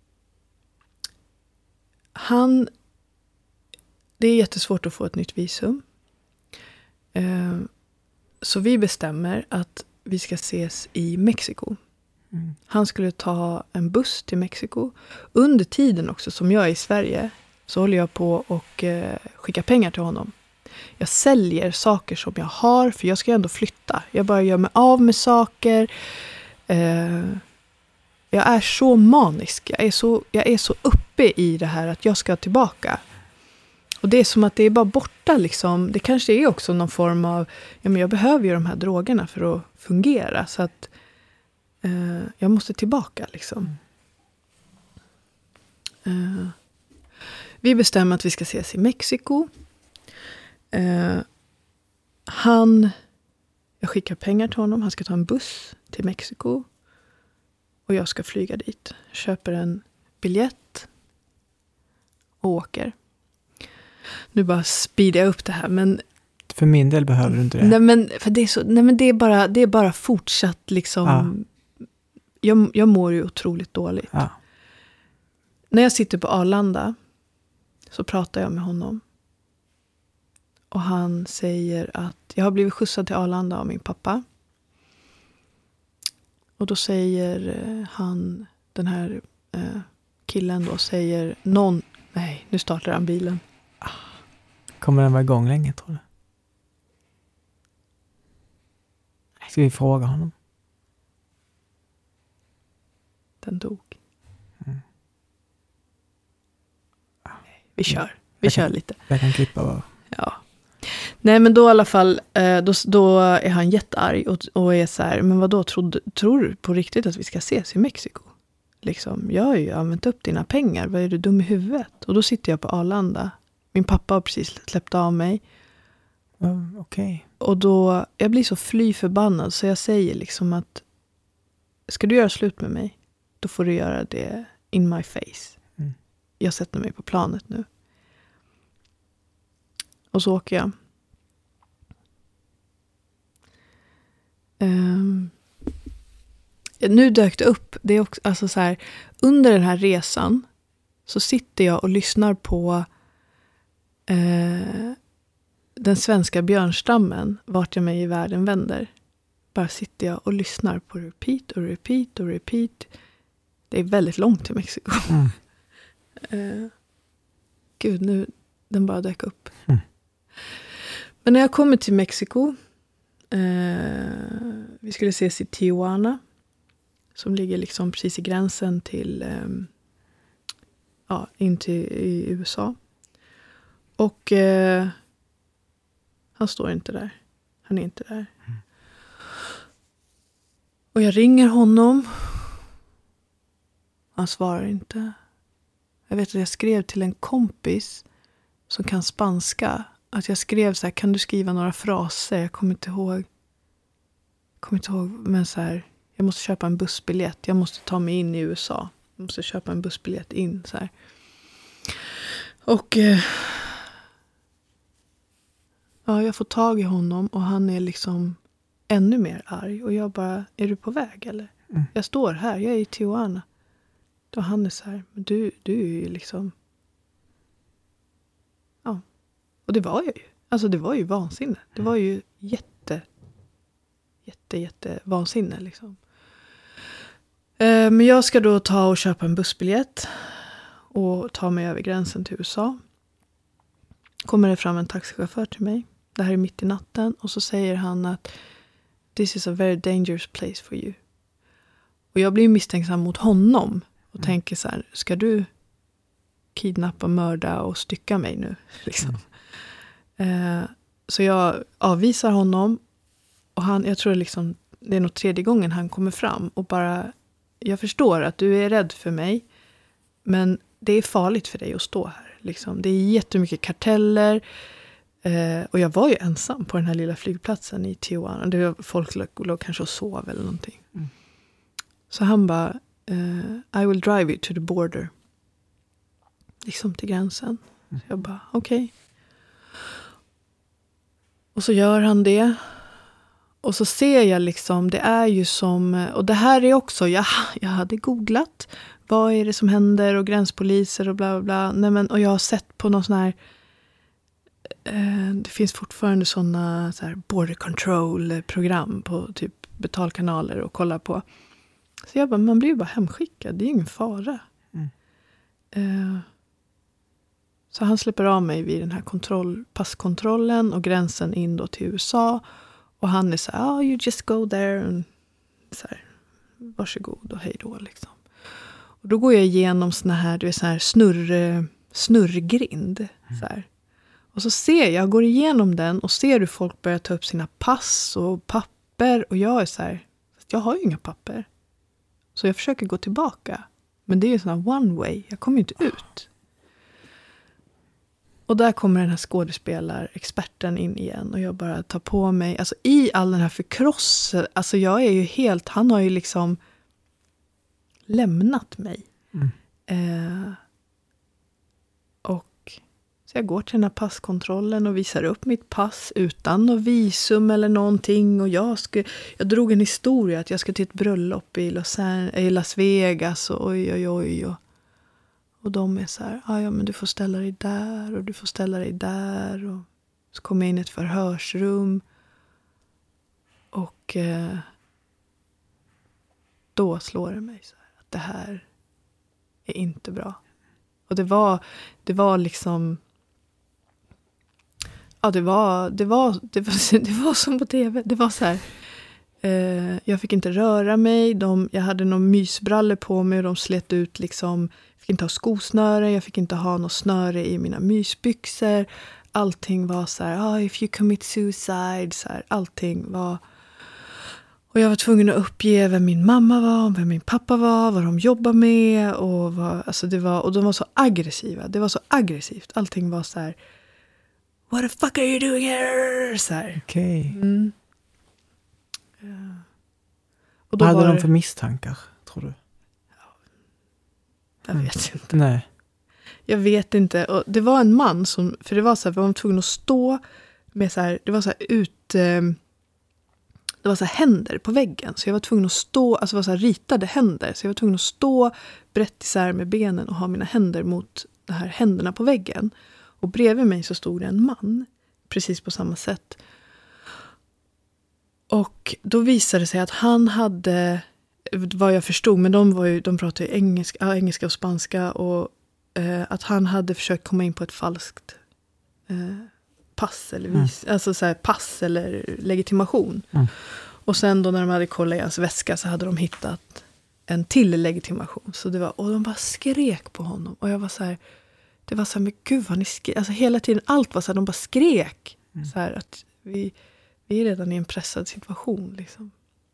[SPEAKER 1] Han... Det är jättesvårt att få ett nytt visum. Eh, så vi bestämmer att vi ska ses i Mexiko. Mm. Han skulle ta en buss till Mexiko. Under tiden också som jag är i Sverige så håller jag på och eh, skickar pengar till honom. Jag säljer saker som jag har, för jag ska ju ändå flytta. Jag bara gör mig av med saker. Eh, jag är så manisk. Jag är så, jag är så uppe i det här att jag ska tillbaka. Och det är som att det är bara borta liksom. Det kanske är också någon form av, ja men jag behöver ju de här drogerna för att fungera. Så att eh, jag måste tillbaka liksom. Eh, vi bestämmer att vi ska ses i Mexiko. Eh, han, jag skickar pengar till honom. Han ska ta en buss till Mexiko. Och jag ska flyga dit. Köper en biljett. Och åker. Nu bara speedar jag upp det här. Men
[SPEAKER 2] för min del behöver du inte det.
[SPEAKER 1] Nej men, för det, är så, nej, men det, är bara, det är bara fortsatt liksom. Ja. Jag, jag mår ju otroligt dåligt.
[SPEAKER 2] Ja.
[SPEAKER 1] När jag sitter på Arlanda. Så pratar jag med honom. Och han säger att jag har blivit skjutsad till Arlanda av min pappa. Och då säger han, den här eh, killen då, säger någon, nej, nu startar han bilen.
[SPEAKER 2] Kommer den vara igång länge, tror du? Ska vi fråga honom?
[SPEAKER 1] Den dog.
[SPEAKER 2] Mm.
[SPEAKER 1] Vi kör, vi
[SPEAKER 2] jag
[SPEAKER 1] kör
[SPEAKER 2] kan,
[SPEAKER 1] lite.
[SPEAKER 2] Jag kan klippa bara.
[SPEAKER 1] Ja. Nej men då i alla fall, då, då är han jättearg och, och är så här, men vadå, tror, tror du på riktigt att vi ska ses i Mexiko? Liksom, jag har ju använt upp dina pengar, vad är du dum i huvudet? Och då sitter jag på Arlanda, min pappa har precis släppt av mig.
[SPEAKER 2] Mm, okej.
[SPEAKER 1] Och då, jag blir så fly förbannad så jag säger liksom att ska du göra slut med mig, då får du göra det in my face.
[SPEAKER 2] Mm.
[SPEAKER 1] Jag sätter mig på planet nu. Och så åker jag. Um, nu dök det upp. Det är också, alltså så här, under den här resan så sitter jag och lyssnar på uh, den svenska björnstammen vart jag mig i världen vänder. Bara sitter jag och lyssnar på repeat och repeat och repeat. Det är väldigt långt till Mexiko.
[SPEAKER 2] Mm.
[SPEAKER 1] uh, Gud, nu den bara dök upp.
[SPEAKER 2] Mm.
[SPEAKER 1] Men när jag kommer till Mexiko, eh, vi skulle ses i Tijuana, som ligger liksom precis i gränsen till, eh, ja, in till i U S A. Och eh, han står inte där. Han är inte där.
[SPEAKER 2] Mm.
[SPEAKER 1] Och jag ringer honom. Han svarar inte. Jag vet att jag skrev till en kompis som kan spanska. Att jag skrev så här, kan du skriva några fraser? Jag kommer inte ihåg. Jag kommer inte ihåg, men så här, jag måste köpa en bussbiljett. Jag måste ta mig in i U S A. Jag måste köpa en bussbiljett in så här. Och eh, ja, jag får tag i honom och han är liksom ännu mer arg. Och jag bara, är du på väg eller?
[SPEAKER 2] Mm.
[SPEAKER 1] Jag står här, jag är i Tijuana. Då han är så här, men du, du är ju liksom... Ja. Och det var jag ju. Alltså det var ju vansinne. Det var ju jätte, jätte, jätte vansinne liksom. Eh, men jag ska då ta och köpa en bussbiljett. Och ta mig över gränsen till U S A. Kommer det fram en taxichaufför till mig. Det här är mitt i natten. Och så säger han att this is a very dangerous place for you. Och jag blir misstänksam mot honom. Och mm. tänker så här, ska du kidnappa, mörda och stycka mig nu? Liksom. Mm. Eh, så jag avvisar honom. Och han, jag tror liksom, det är nog tredje gången han kommer fram. Och bara, jag förstår att du är rädd för mig. Men det är farligt för dig att stå här. Liksom. Det är jättemycket karteller. Eh, och jag var ju ensam på den här lilla flygplatsen i Tijuana. Det var, folk låg, låg kanske och sov eller någonting. Mm. Så han bara, eh, I will drive you to the border. Liksom till gränsen. Mm. Så jag bara, okej. Okay. Och så gör han det. Och så ser jag liksom, det är ju som, och det här är också, jag, jag hade googlat. Vad är det som händer och gränspoliser och bla bla bla. Nej, men, och jag har sett på någon sån här, eh, det finns fortfarande såna så här border control-program på typ betalkanaler och kolla på. Så jag bara, man blir ju bara hemskickad, det är ju ingen fara. Mm. Eh, så han släpper av mig vid den här kontroll, passkontrollen och gränsen in då till U S A. Och han är så här, oh, you just go there. And så här, varsågod och hej då liksom. Och då går jag igenom såna här, du vet, så här snurr, snurrgrind. Mm. Så här. Och så ser jag, jag går igenom den och ser hur folk börjar ta upp sina pass och papper. Och jag är så här, jag har ju inga papper. Så jag försöker gå tillbaka. Men det är ju sån här one way, jag kommer ju inte ut. Och där kommer den här skådespelarexperten in igen. Och jag bara tar på mig, alltså i all den här förkrossen, alltså jag är ju helt, han har ju liksom lämnat mig.
[SPEAKER 2] Mm.
[SPEAKER 1] Eh, och så jag går till den här passkontrollen och visar upp mitt pass utan något visum eller någonting. Och jag, ska, jag drog en historia att jag ska till ett bröllop i Los, i Las Vegas och oj oj oj. Och, och de är så här, ah, ja men du får ställa dig där och du får ställa dig där. Och så kom jag in i ett förhörsrum. Och eh, då slår det mig så här, att det här är inte bra. Och det var, det var liksom, ja det var, det var, det var, det var som på tv. Det var så här, eh, jag fick inte röra mig. De, jag hade någon mysbrallor på mig och de slet ut liksom, jag fick inte ha skosnöre, jag fick inte ha något snöre i mina mysbyxor. Allting var så här, oh, if you commit suicide, så här, allting var. Och jag var tvungen att uppge vem min mamma var, vem min pappa var, vad de jobbar med. Och, vad, alltså det var, och de var så aggressiva. Det var så aggressivt. Allting var så här, what the fuck are you doing here? Så här.
[SPEAKER 2] Okej. Okay.
[SPEAKER 1] Mm. Ja. Och då
[SPEAKER 2] Vad hade
[SPEAKER 1] var
[SPEAKER 2] de
[SPEAKER 1] det,
[SPEAKER 2] för misstankar, tror du?
[SPEAKER 1] jag vet inte.
[SPEAKER 2] Nej.
[SPEAKER 1] Jag vet inte. Och det var en man som, för det var så här, vi var tvungna att stå med så här, det var så här ut... Eh, det var så här händer på väggen. Så jag var tvungen att stå, alltså det var så här ritade händer. Så jag var tvungen att stå brett isär med benen och ha mina händer mot de här händerna på väggen. Och bredvid mig så stod det en man. Precis på samma sätt. Och då visade det sig att han hade, vad jag förstod, men de var ju, de pratade engelska, engelska och spanska. Och eh, att han hade försökt komma in på ett falskt eh, pass eller vis, mm. alltså så här pass eller legitimation. Mm. Och sen då när de hade kollat i hans väska så hade de hittat en till legitimation. Så det var, och de bara skrek på honom. Och jag var så här, det var så här, men gud vad ni skrek. Alltså hela tiden, allt var så här, de bara skrek. Mm. Så här att vi, vi är redan i en pressad situation liksom.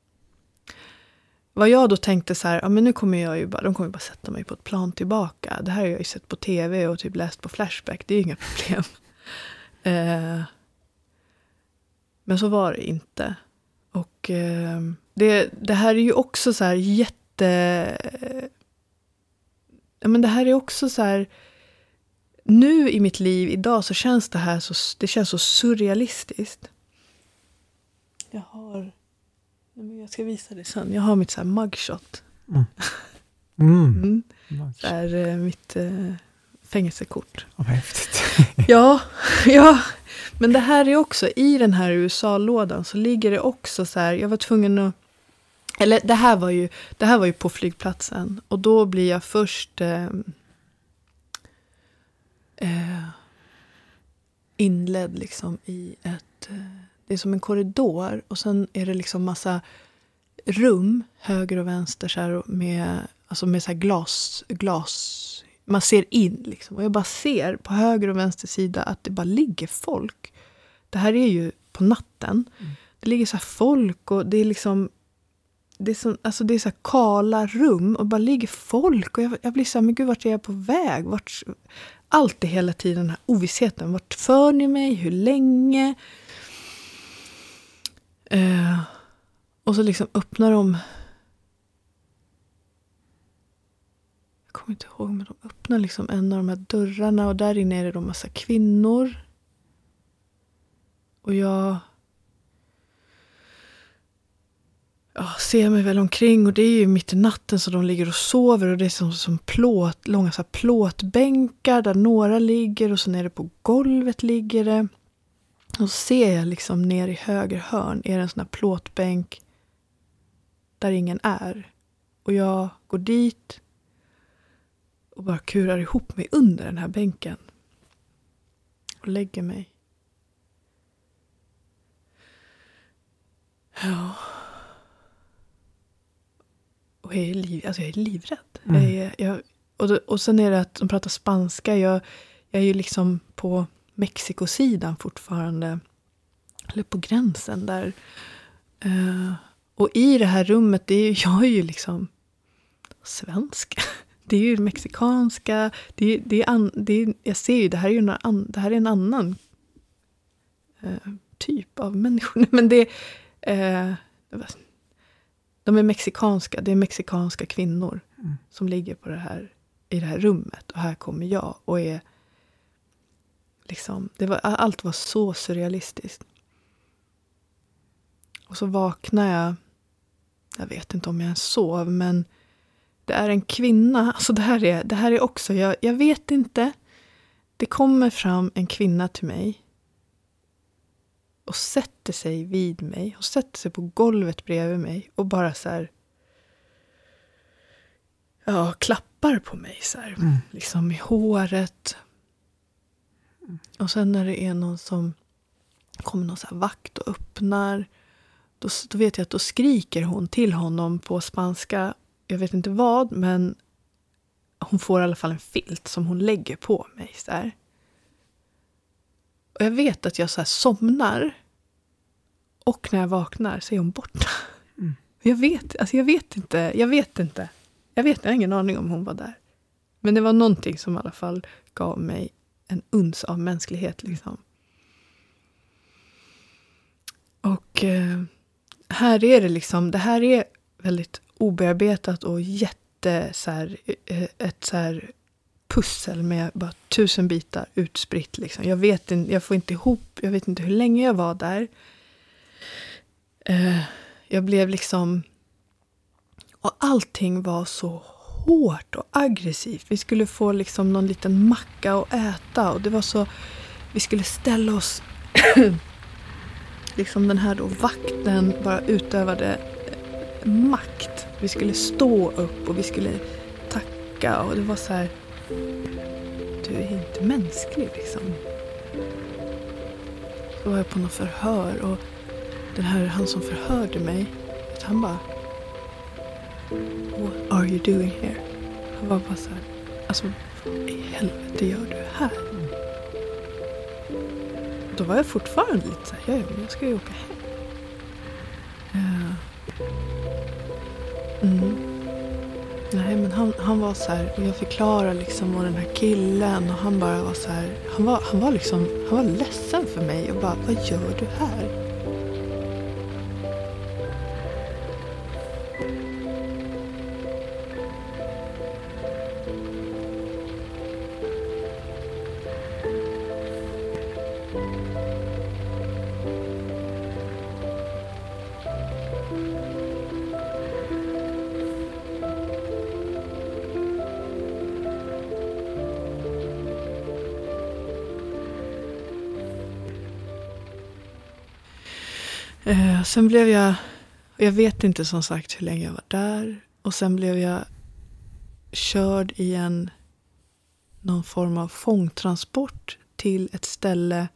[SPEAKER 1] Vad jag då tänkte så här, ja men nu kommer jag ju bara, de kommer bara sätta mig på ett plan tillbaka. Det här har jag ju sett på tv och typ läst på Flashback, det är ju inga problem. Eh, men så var det inte. Och eh, det, det här är ju också så här jätte... Eh, ja, men det här är också så här... Nu i mitt liv idag så känns det här så, det känns så surrealistiskt. Jag har... Jag ska visa det sen. Jag har mitt så här mugshot.
[SPEAKER 2] Mm. Mm.
[SPEAKER 1] Mm. Så här, eh, mitt... Eh, fängelsekort.
[SPEAKER 2] Vad häftigt.
[SPEAKER 1] ja, ja. Men det här är också, i den här U S A-lådan så ligger det också så här, jag var tvungen att, eller det här var ju, det här var ju på flygplatsen. Och då blir jag först eh, eh, inledd liksom i ett, eh, det är som en korridor. Och sen är det liksom massa rum, höger och vänster så här, med, alltså med så här glas, glas, man ser in liksom. Och jag bara ser på höger och vänster sida att det bara ligger folk. Det här är ju på natten. Mm. Det ligger så här folk och det är liksom, det är så, alltså det är så här kala rum och bara ligger folk. Och jag, jag blir så här, men gud, vart är jag på väg? Vart, allt är hela tiden den här ovissheten. Vart för ni mig? Hur länge? Uh, och så liksom öppnar de, jag kommer inte ihåg, men de öppnar liksom en av de här dörrarna och där inne är det då massa kvinnor. Och jag ja, ser mig väl omkring och det är ju mitt i natten så de ligger och sover och det är som, som plåt, långa så här plåtbänkar där några ligger och så är det på golvet ligger det. Och så ser jag liksom ner i höger hörn är det en sån här plåtbänk där ingen är. Och jag går dit och bara kurar ihop mig under den här bänken. Och lägger mig. Ja. Och jag är, liv, alltså jag är livrädd. Mm. Jag är, jag, och, då, och sen är det att de pratar spanska. Jag, jag är ju liksom på Mexikosidan fortfarande. Eller på gränsen där. Uh, och i det här rummet, det är ju, jag är ju liksom svensk. det är ju mexikanska, det är, det är, an, det är jag ser ju, det här är ju en, an, det här är en annan eh, typ av människor. Men det är, eh, de är mexikanska, det är mexikanska kvinnor mm. som ligger på det här, i det här rummet. Och här kommer jag och är liksom, det var, allt var så surrealistiskt. Och så vaknar jag, jag vet inte om jag ens sov, men det är en kvinna, alltså det här är, det här är också, jag, jag vet inte, det kommer fram en kvinna till mig och sätter sig vid mig och sätter sig på golvet bredvid mig och bara så här, ja, klappar på mig så här, mm. liksom i håret. Och sen när det är någon som kommer någon så här vakt och öppnar, då, då vet jag att då skriker hon till honom på spanska, jag vet inte vad, men hon får i alla fall en filt som hon lägger på mig så här. Och jag vet att jag så här somnar, och när jag vaknar så är hon borta. Mm. Jag vet, alltså jag vet inte, jag vet inte. Jag vet, jag har ingen aning om hon var där. Men det var någonting som i alla fall gav mig en uns av mänsklighet liksom. Och eh, här är det liksom, det här är väldigt obearbetat och jätte så här, ett så här pussel med bara tusen bitar utspritt liksom. Jag vet inte, jag får inte ihop, jag vet inte hur länge jag var där. Eh, jag blev liksom, och allting var så hårt och aggressivt. Vi skulle få liksom någon liten macka att äta och det var så, vi skulle ställa oss liksom den här då vakten bara utövade makt. Vi skulle stå upp och vi skulle tacka och det var så här, du är inte mänsklig liksom. Så var jag på något förhör och den här, han som förhörde mig, han bara, what are you doing here? Han var bara så här, alltså vad i helvete gör du här? Mm. Då var jag fortfarande lite så här, ja, jag ska ju åka hem. Uh. Mm. Nej, men han, han var så här, och jag förklarade liksom, och den här killen, och han bara var så här, han var, han var liksom, han var ledsen för mig och bara, vad gör du här? Eh, sen blev jag, jag vet inte som sagt hur länge jag var där. Och sen blev jag körd i en, någon form av fångtransport till ett ställe.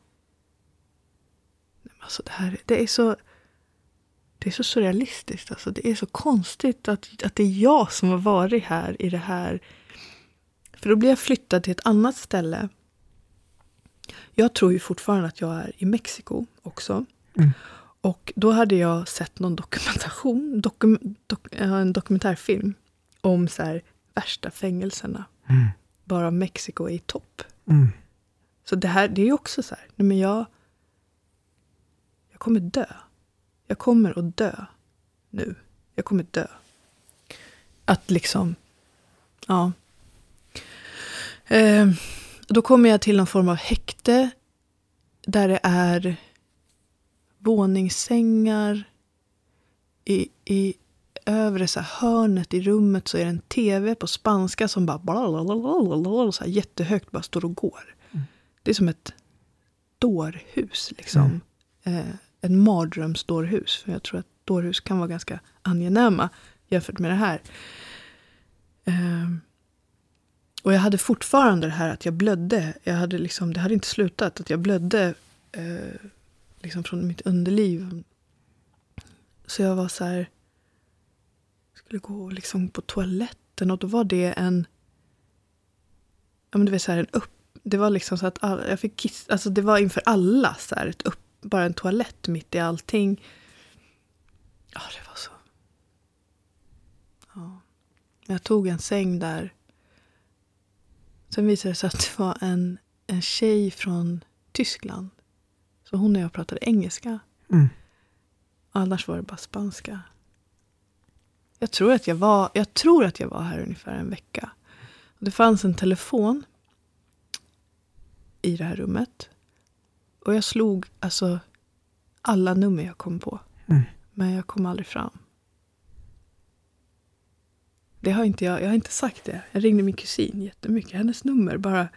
[SPEAKER 1] Alltså det här, det är så, det är så surrealistiskt. Alltså det är så konstigt att, att det är jag som har varit här i det här. För då blev jag flyttad till ett annat ställe. Jag tror ju fortfarande att jag är i Mexiko också. Mm. Och då hade jag sett någon dokumentation, dokum, dok, en dokumentärfilm om så här värsta fängelserna. Mm. Bara Mexiko är i topp. Mm. Så det här, det är ju också så här, nej men jag, jag kommer dö. Jag kommer att dö nu. Jag kommer dö. Att liksom, ja. Eh, då kommer jag till någon form av häkte där det är våningssängar. I, i övre så här hörnet i rummet så är det en tv på spanska som bara blablabla, så här jättehögt bara står och går. Mm. Det är som ett dårhus liksom. Mm. Eh, en mardrömsdårhus. För jag tror att dårhus kan vara ganska angenäma jämfört med det här. Eh, och jag hade fortfarande det här att jag blödde. Jag hade liksom, det hade inte slutat att jag blödde eh, liksom från mitt underliv. Så jag var så här, skulle gå liksom på toaletten och då var det en, ja men det var så här en upp, det var liksom så att alla, jag fick kiss, alltså det var inför alla så här ett upp, bara en toalett mitt i allting. Ja, det var så. Ja. Jag tog en säng där Sen visade det sig att det var en, en tjej från Tyskland. Så hon och jag pratade engelska.
[SPEAKER 2] Mm.
[SPEAKER 1] Annars var det bara spanska. Jag tror att jag var, jag tror att jag var här ungefär en vecka. Och det fanns en telefon i det här rummet. Och jag slog alltså alla nummer jag kom på.
[SPEAKER 2] Mm.
[SPEAKER 1] Men jag kom aldrig fram. Det har inte jag, jag har inte sagt det. Jag ringde min kusin jättemycket. Hennes nummer bara.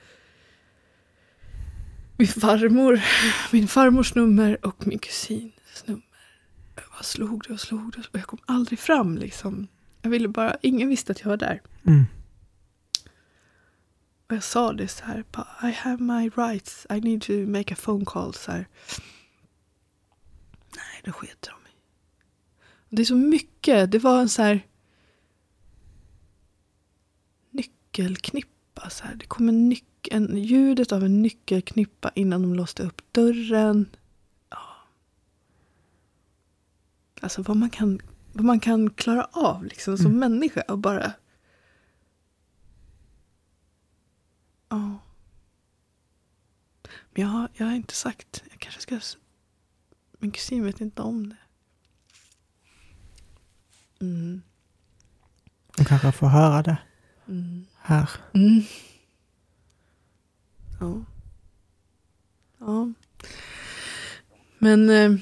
[SPEAKER 1] Min farmor, min farmors nummer och min kusins nummer. Jag bara slog det och slog det. Och jag kom aldrig fram liksom. Jag ville bara, ingen visste att jag var där.
[SPEAKER 2] Mm.
[SPEAKER 1] Och jag sa det så här. I have my rights. I need to make a phone call. Så här. Nej, det sket de i. Det är så mycket. Det var en så här nyckelknippa. Så här. Det kom en, nyc- en ljudet av en nyckelknippa innan de låste upp dörren. Ja. Alltså vad man kan, vad man kan klara av liksom, som mm. människa. Och bara... Ja. Men jag har, jag har inte sagt. Jag kanske ska... Min kusin vet inte om det. Mm.
[SPEAKER 2] De kanske får höra det.
[SPEAKER 1] Mm.
[SPEAKER 2] Här.
[SPEAKER 1] Mm. Ja. Ja. Men... Eh,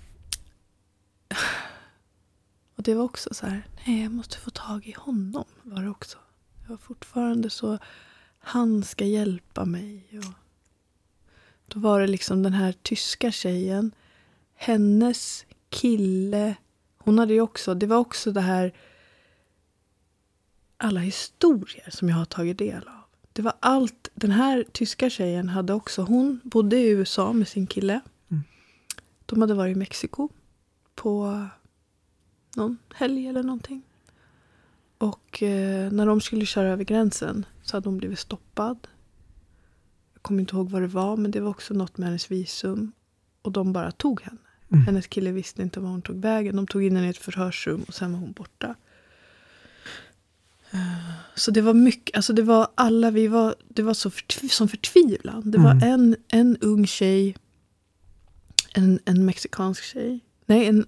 [SPEAKER 1] och det var också så här... Nej, jag måste få tag i honom. Var det också. Jag var fortfarande så... Han ska hjälpa mig. Och då var det liksom den här tyska tjejen. Hennes kille. Hon hade ju också. Det var också det här. Alla historier som jag har tagit del av. Det var allt. Den här tyska tjejen hade också. Hon bodde i U S A med sin kille.
[SPEAKER 2] Mm.
[SPEAKER 1] De hade varit i Mexiko. På någon helg eller någonting. Och eh, när de skulle köra över gränsen så hade hon blivit stoppad. Jag kommer inte ihåg vad det var, men det var också något med hennes visum. Och de bara tog henne. Mm. Hennes kille visste inte var hon tog vägen. De tog in henne i ett förhörsrum och sen var hon borta. Uh, så det var mycket, alltså det var alla, vi var, det var så förtv- som förtvivlan. Det mm. var en, en ung tjej, en, en mexikansk tjej. Nej, en,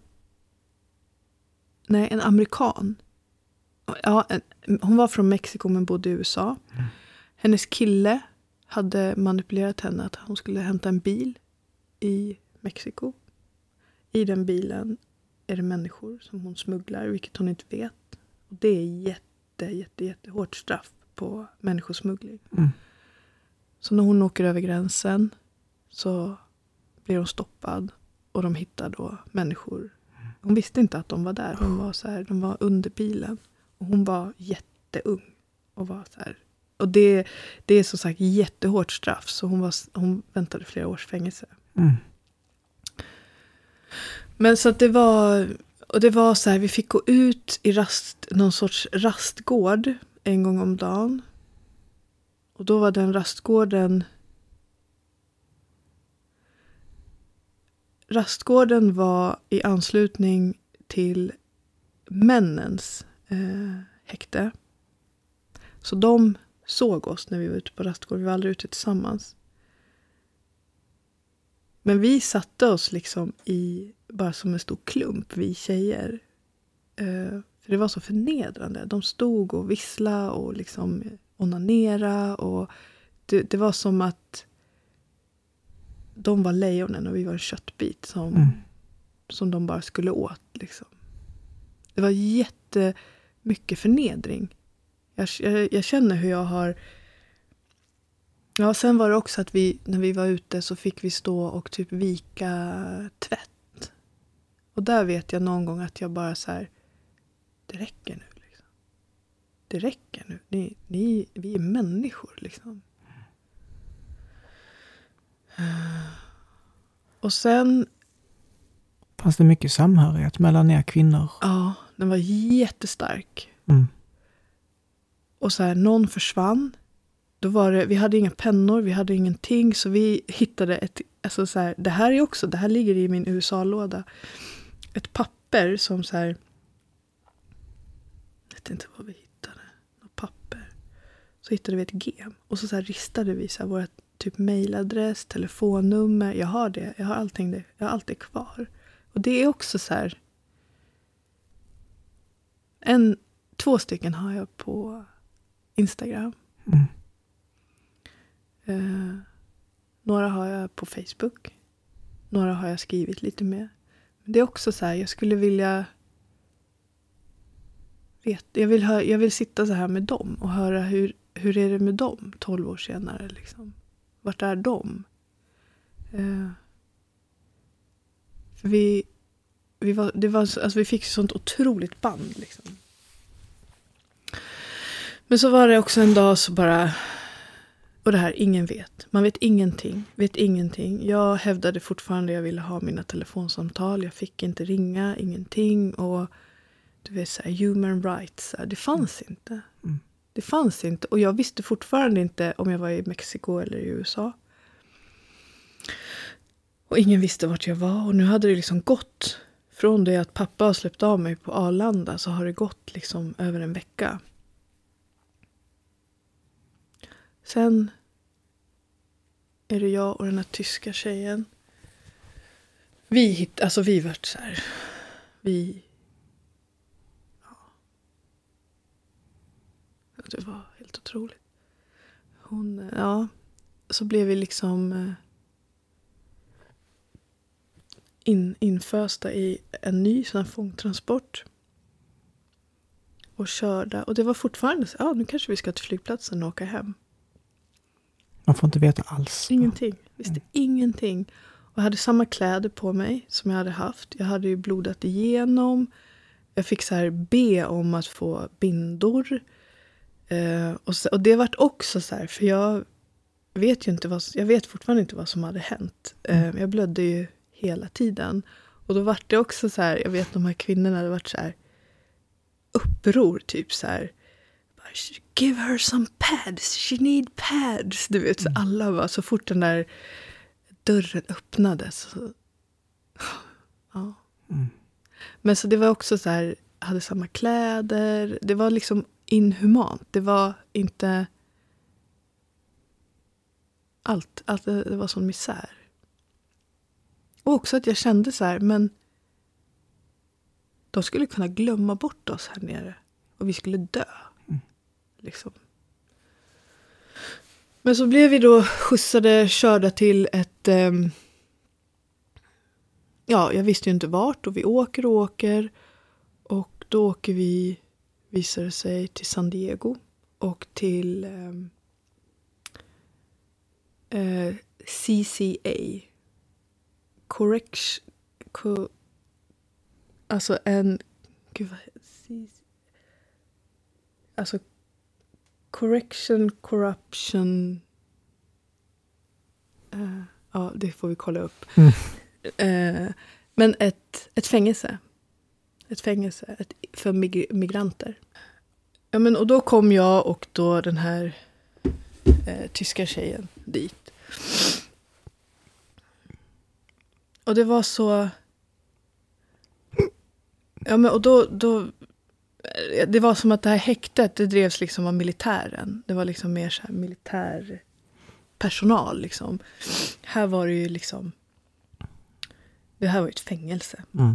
[SPEAKER 1] nej, en amerikan. Ja, en, hon var från Mexiko men bodde i U S A. Mm. Hennes kille hade manipulerat henne att hon skulle hämta en bil i Mexiko. I den bilen är det människor som hon smugglar, vilket hon inte vet. Och det är jätte, jätte, jätte hårt straff på människosmuggling. Mm. Så när hon åker över gränsen så blir hon stoppad och de hittar då människor. Hon visste inte att de var där. Hon var så här, de var under bilen. Och hon var jätteung. Och var så här. Och det, det är som sagt jättehårt straff. Så hon, var, hon väntade flera års fängelse. Mm. Men så att det var... Och det var så här, vi fick gå ut i rast, någon sorts rastgård en gång om dagen. Och då var den rastgården... Rastgården var i anslutning till männens eh, häkte. Så de såg oss när vi var ute på rastgården. Vi var aldrig ute tillsammans. Men vi satte oss liksom i, bara som en stor klump, vi tjejer. Eh, för det var så förnedrande. De stod och vissla och liksom onanera. Och det, det var som att de var lejonen och vi var en köttbit som, mm. som de bara skulle åt. Liksom. Det var jättemycket förnedring. Jag, jag, jag känner hur jag har... Ja, sen var det också att vi, när vi var ute så fick vi stå och typ vika tvätt. Och där vet jag någon gång att jag bara så här, det räcker nu. Liksom. Det räcker nu. Ni, ni, vi är människor liksom. Och sen...
[SPEAKER 2] Fanns det mycket samhörighet mellan er kvinnor?
[SPEAKER 1] Ja, den var jättestark.
[SPEAKER 2] Mm.
[SPEAKER 1] Och så här, någon försvann. Då var det, vi hade inga pennor, vi hade ingenting. Så vi hittade ett, alltså så här, det här är också, det här ligger i min U S A-låda. Ett papper som så här, jag vet inte vad vi hittade. Något papper. Så hittade vi ett gem. Och så, så här ristade vi så här våra typ mailadress, telefonnummer. Jag har det. Jag har allting det. Jag har allt det kvar. Och det är också så här. En, två stycken har jag på Instagram.
[SPEAKER 2] Mm.
[SPEAKER 1] Eh, några har jag på Facebook. Några har jag skrivit lite med. Men det är också så här. Jag skulle vilja... Vet, jag, vill hö, jag vill sitta så här med dem. Och höra hur, hur är det med dem tolv år senare. Liksom. Vart är de? Eh, för vi... Vi, var, det var, alltså vi fick sånt otroligt band. Liksom. Men så var det också en dag så bara... Och det här, ingen vet. Man vet ingenting. Vet ingenting. Jag hävdade fortfarande att jag ville ha mina telefonsamtal. Jag fick inte ringa, ingenting. Och du vet så här, human rights. Det fanns mm. inte. Mm. Det fanns inte. Och jag visste fortfarande inte om jag var i Mexiko eller i U S A. Och ingen visste vart jag var. Och nu hade det liksom gått... Från det att pappa har släppt av mig på Arlanda så har det gått liksom över en vecka. Sen är det jag och den här tyska tjejen. Vi hitt, alltså vi vart så här. Vi... Ja. Det var helt otroligt. Hon, ja. Så blev vi liksom... In, infösta i en ny sån här fångtransport. Och körda. Och det var fortfarande så, ja nu kanske vi ska till flygplatsen och åka hem.
[SPEAKER 2] Man får inte veta alls.
[SPEAKER 1] Ingenting. Visste mm. ingenting. Och jag hade samma kläder på mig som jag hade haft. Jag hade ju blodat igenom. Jag fick så här be om att få bindor. Eh, och, så, och det vart också så här, för jag vet ju inte vad, jag vet fortfarande inte vad som hade hänt. Eh, mm. Jag blödde ju hela tiden. Och då var det också så här, jag vet de här kvinnorna hade varit så här uppror typ så här, give her some pads, she need pads, du vet så alla var så fort den där dörren öppnades så, ja. Mm. Men så det var också så här, hade samma kläder, det var liksom inhumant, det var inte allt, allt det var sån misär. Och också att jag kände så här, men de skulle kunna glömma bort oss här nere. Och vi skulle dö. Mm. Liksom. Men så blev vi då skjutsade, körda till ett... Eh, ja, jag visste ju inte vart. Och vi åker och åker. Och då åker vi, visar det sig, till San Diego. Och till eh, eh, C C A. Correction, co, alltså en, gud vad alltså correction, corruption, uh, ja det får vi kolla upp. Mm. Uh, men ett, ett fängelse, ett fängelse ett, för mig, migranter. Ja men och då kom jag och då den här uh, tyska tjejen dit. Och det var så... Ja, men och då, då... Det var som att det här häktet, det drevs liksom av militären. Det var liksom mer så här militär personal liksom. Här var det ju liksom... Det här var ju ett fängelse. Mm.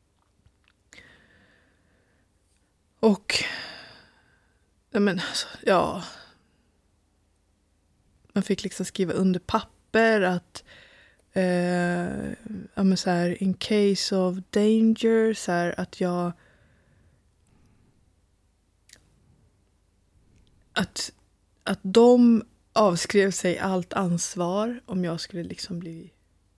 [SPEAKER 1] Och... Ja, men alltså, ja... Man fick liksom skriva under papper att... Uh, ja, men så här, in case of danger, så här, att jag att, att de avskrev sig allt ansvar om jag skulle liksom bli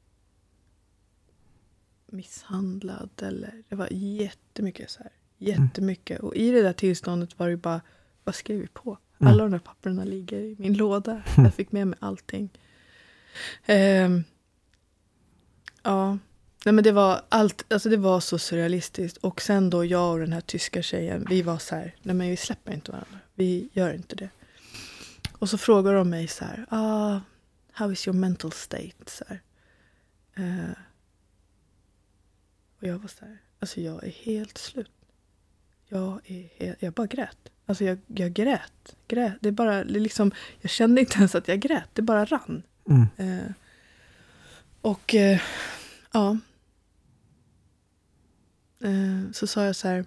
[SPEAKER 1] misshandlad eller det var jättemycket så här, jättemycket mm. och i det där tillståndet var det bara, vad skrev vi på? Mm. Alla de där papperna ligger i min låda. Mm. Jag fick med mig allting. Um, Ja, nej men det var allt, alltså det var så surrealistiskt. Och sen då jag och den här tyska tjejen, vi var så här, nej men vi släpper inte varandra. Vi gör inte det. Och så frågar de mig så här, ah, how is your mental state? Så här. Uh, och jag var så här, alltså jag är helt slut. Jag är helt, jag bara grät. Alltså jag, jag grät. grät. Det är bara, det är liksom, jag kände inte ens att jag grät. Det bara rann.
[SPEAKER 2] Mm.
[SPEAKER 1] Eh, och eh, ja. Eh, så sa jag så här.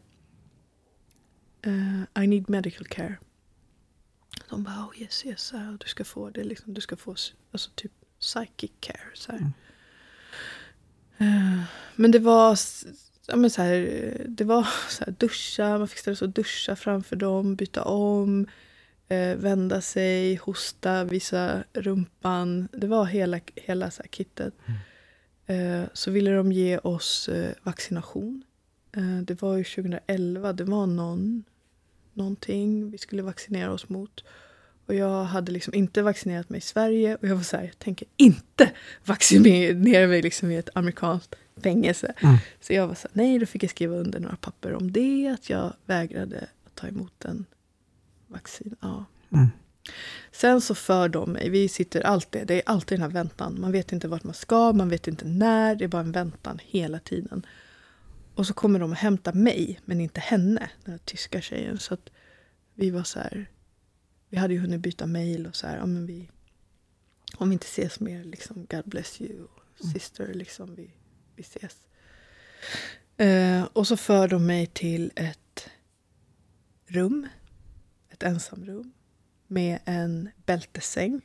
[SPEAKER 1] Eh, I need medical care. De bara, oh yes, yes. Uh, du ska få det. Liksom, du ska få alltså, typ psychic care. Så här. Mm. Eh, men det var... Ja, men så här, det var så här, duscha, man fick ställa sig och duscha framför dem, byta om, eh, vända sig, hosta, visa rumpan. Det var hela, hela så här kittet. Mm. Eh, så ville de ge oss eh, vaccination. Eh, det var ju tjugoelva, det var någon, någonting vi skulle vaccinera oss mot. Och jag hade liksom inte vaccinerat mig i Sverige. Och jag var så här, jag tänker inte vaccinera mig liksom i ett amerikanskt fängelse. Mm. Så jag var så här, nej, då fick jag skriva under några papper om det. Att jag vägrade att ta emot en vaccin. Ja. Mm. Sen så för de mig, vi sitter alltid, det är alltid den här väntan. Man vet inte vart man ska, man vet inte när. Det är bara en väntan hela tiden. Och så kommer de och hämtar mig, men inte henne, den här tyska tjejen. Så att vi var så här, vi hade ju hunnit byta mejl och så här, ja men vi, om vi inte ses mer, liksom, God bless you, mm. sister, liksom, vi, vi ses. Eh, och så för de mig till ett rum, ett ensamrum, med en bältesäng.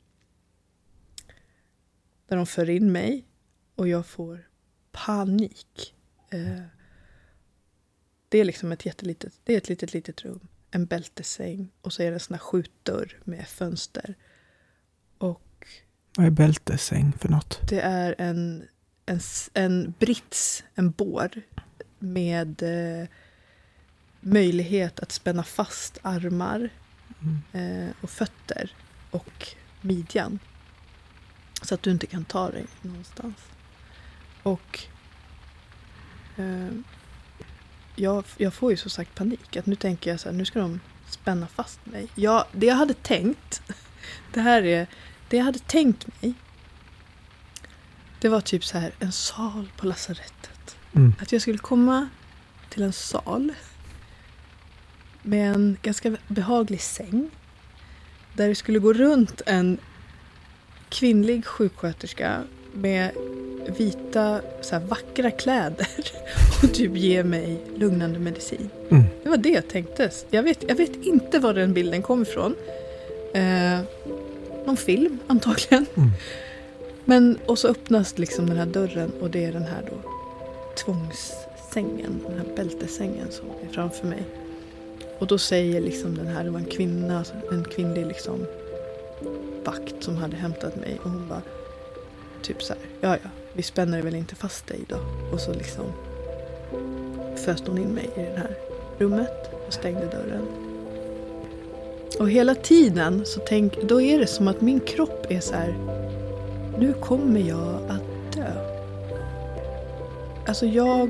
[SPEAKER 1] Där de för in mig och jag får panik. Eh, det är liksom ett jättelitet, det är ett litet, litet rum. En bältesäng och så är det en sån här skjutdörr med fönster. Och
[SPEAKER 2] vad är bältesäng för något?
[SPEAKER 1] Det är en, en, en brits, en bår med eh, möjlighet att spänna fast armar mm. eh, och fötter och midjan. Så att du inte kan ta dig någonstans. Och eh, Jag, jag får ju så sagt panik. Att nu tänker jag så här, nu ska de spänna fast mig. Jag, det jag hade tänkt, det här är, det jag hade tänkt mig, det var typ så här, en sal på lasarettet. Mm. Att jag skulle komma till en sal med en ganska behaglig säng. Där det skulle gå runt en kvinnlig sjuksköterska med vita så här, vackra kläder och typ ge mig lugnande medicin. Mm. Det var det jag tänkte. Jag vet, jag vet inte var den bilden kom ifrån. Eh, någon film antagligen. Mm. Men och så öppnas liksom den här dörren och det är den här då tvångssängen, den här bältesängen som är framför mig. Och då säger liksom den här, det var en kvinna, en kvinnlig liksom vakt som hade hämtat mig och hon bara typ så här, ja ja, vi spänner väl inte fast dig då. Och så liksom föste hon in mig i det här rummet och stängde dörren. Och hela tiden så tänk, då är det som att min kropp är så här, nu kommer jag att dö. Alltså jag,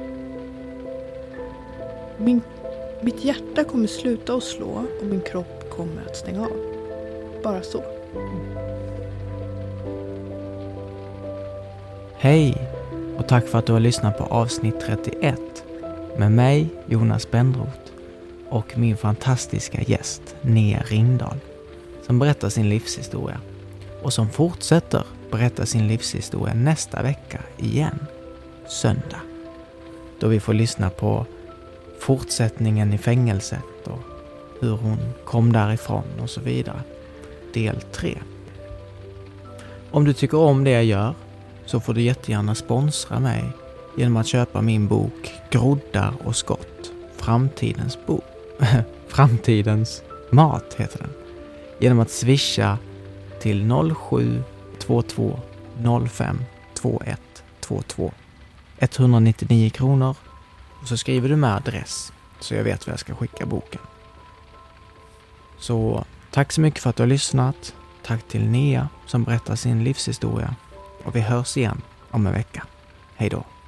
[SPEAKER 1] min, mitt hjärta kommer sluta att slå och min kropp kommer att stänga av. Bara så.
[SPEAKER 2] Hej och tack för att du har lyssnat på avsnitt trettioett med mig, Jonas Bendroth, och min fantastiska gäst, Nea Ringdahl, som berättar sin livshistoria och som fortsätter berätta sin livshistoria nästa vecka igen, söndag, då vi får lyssna på fortsättningen i fängelset och hur hon kom därifrån och så vidare. Del tre. Om du tycker om det jag gör så får du jättegärna sponsra mig genom att köpa min bok Groddar och skott. Framtidens bok. Framtidens mat heter den. Genom att swisha till noll sju två två noll fem två ett två två. etthundranittionio kronor. Och så skriver du med adress så jag vet var jag ska skicka boken. Så tack så mycket för att du har lyssnat. Tack till Nea som berättar sin livshistoria. Och vi hörs igen om en vecka. Hej då.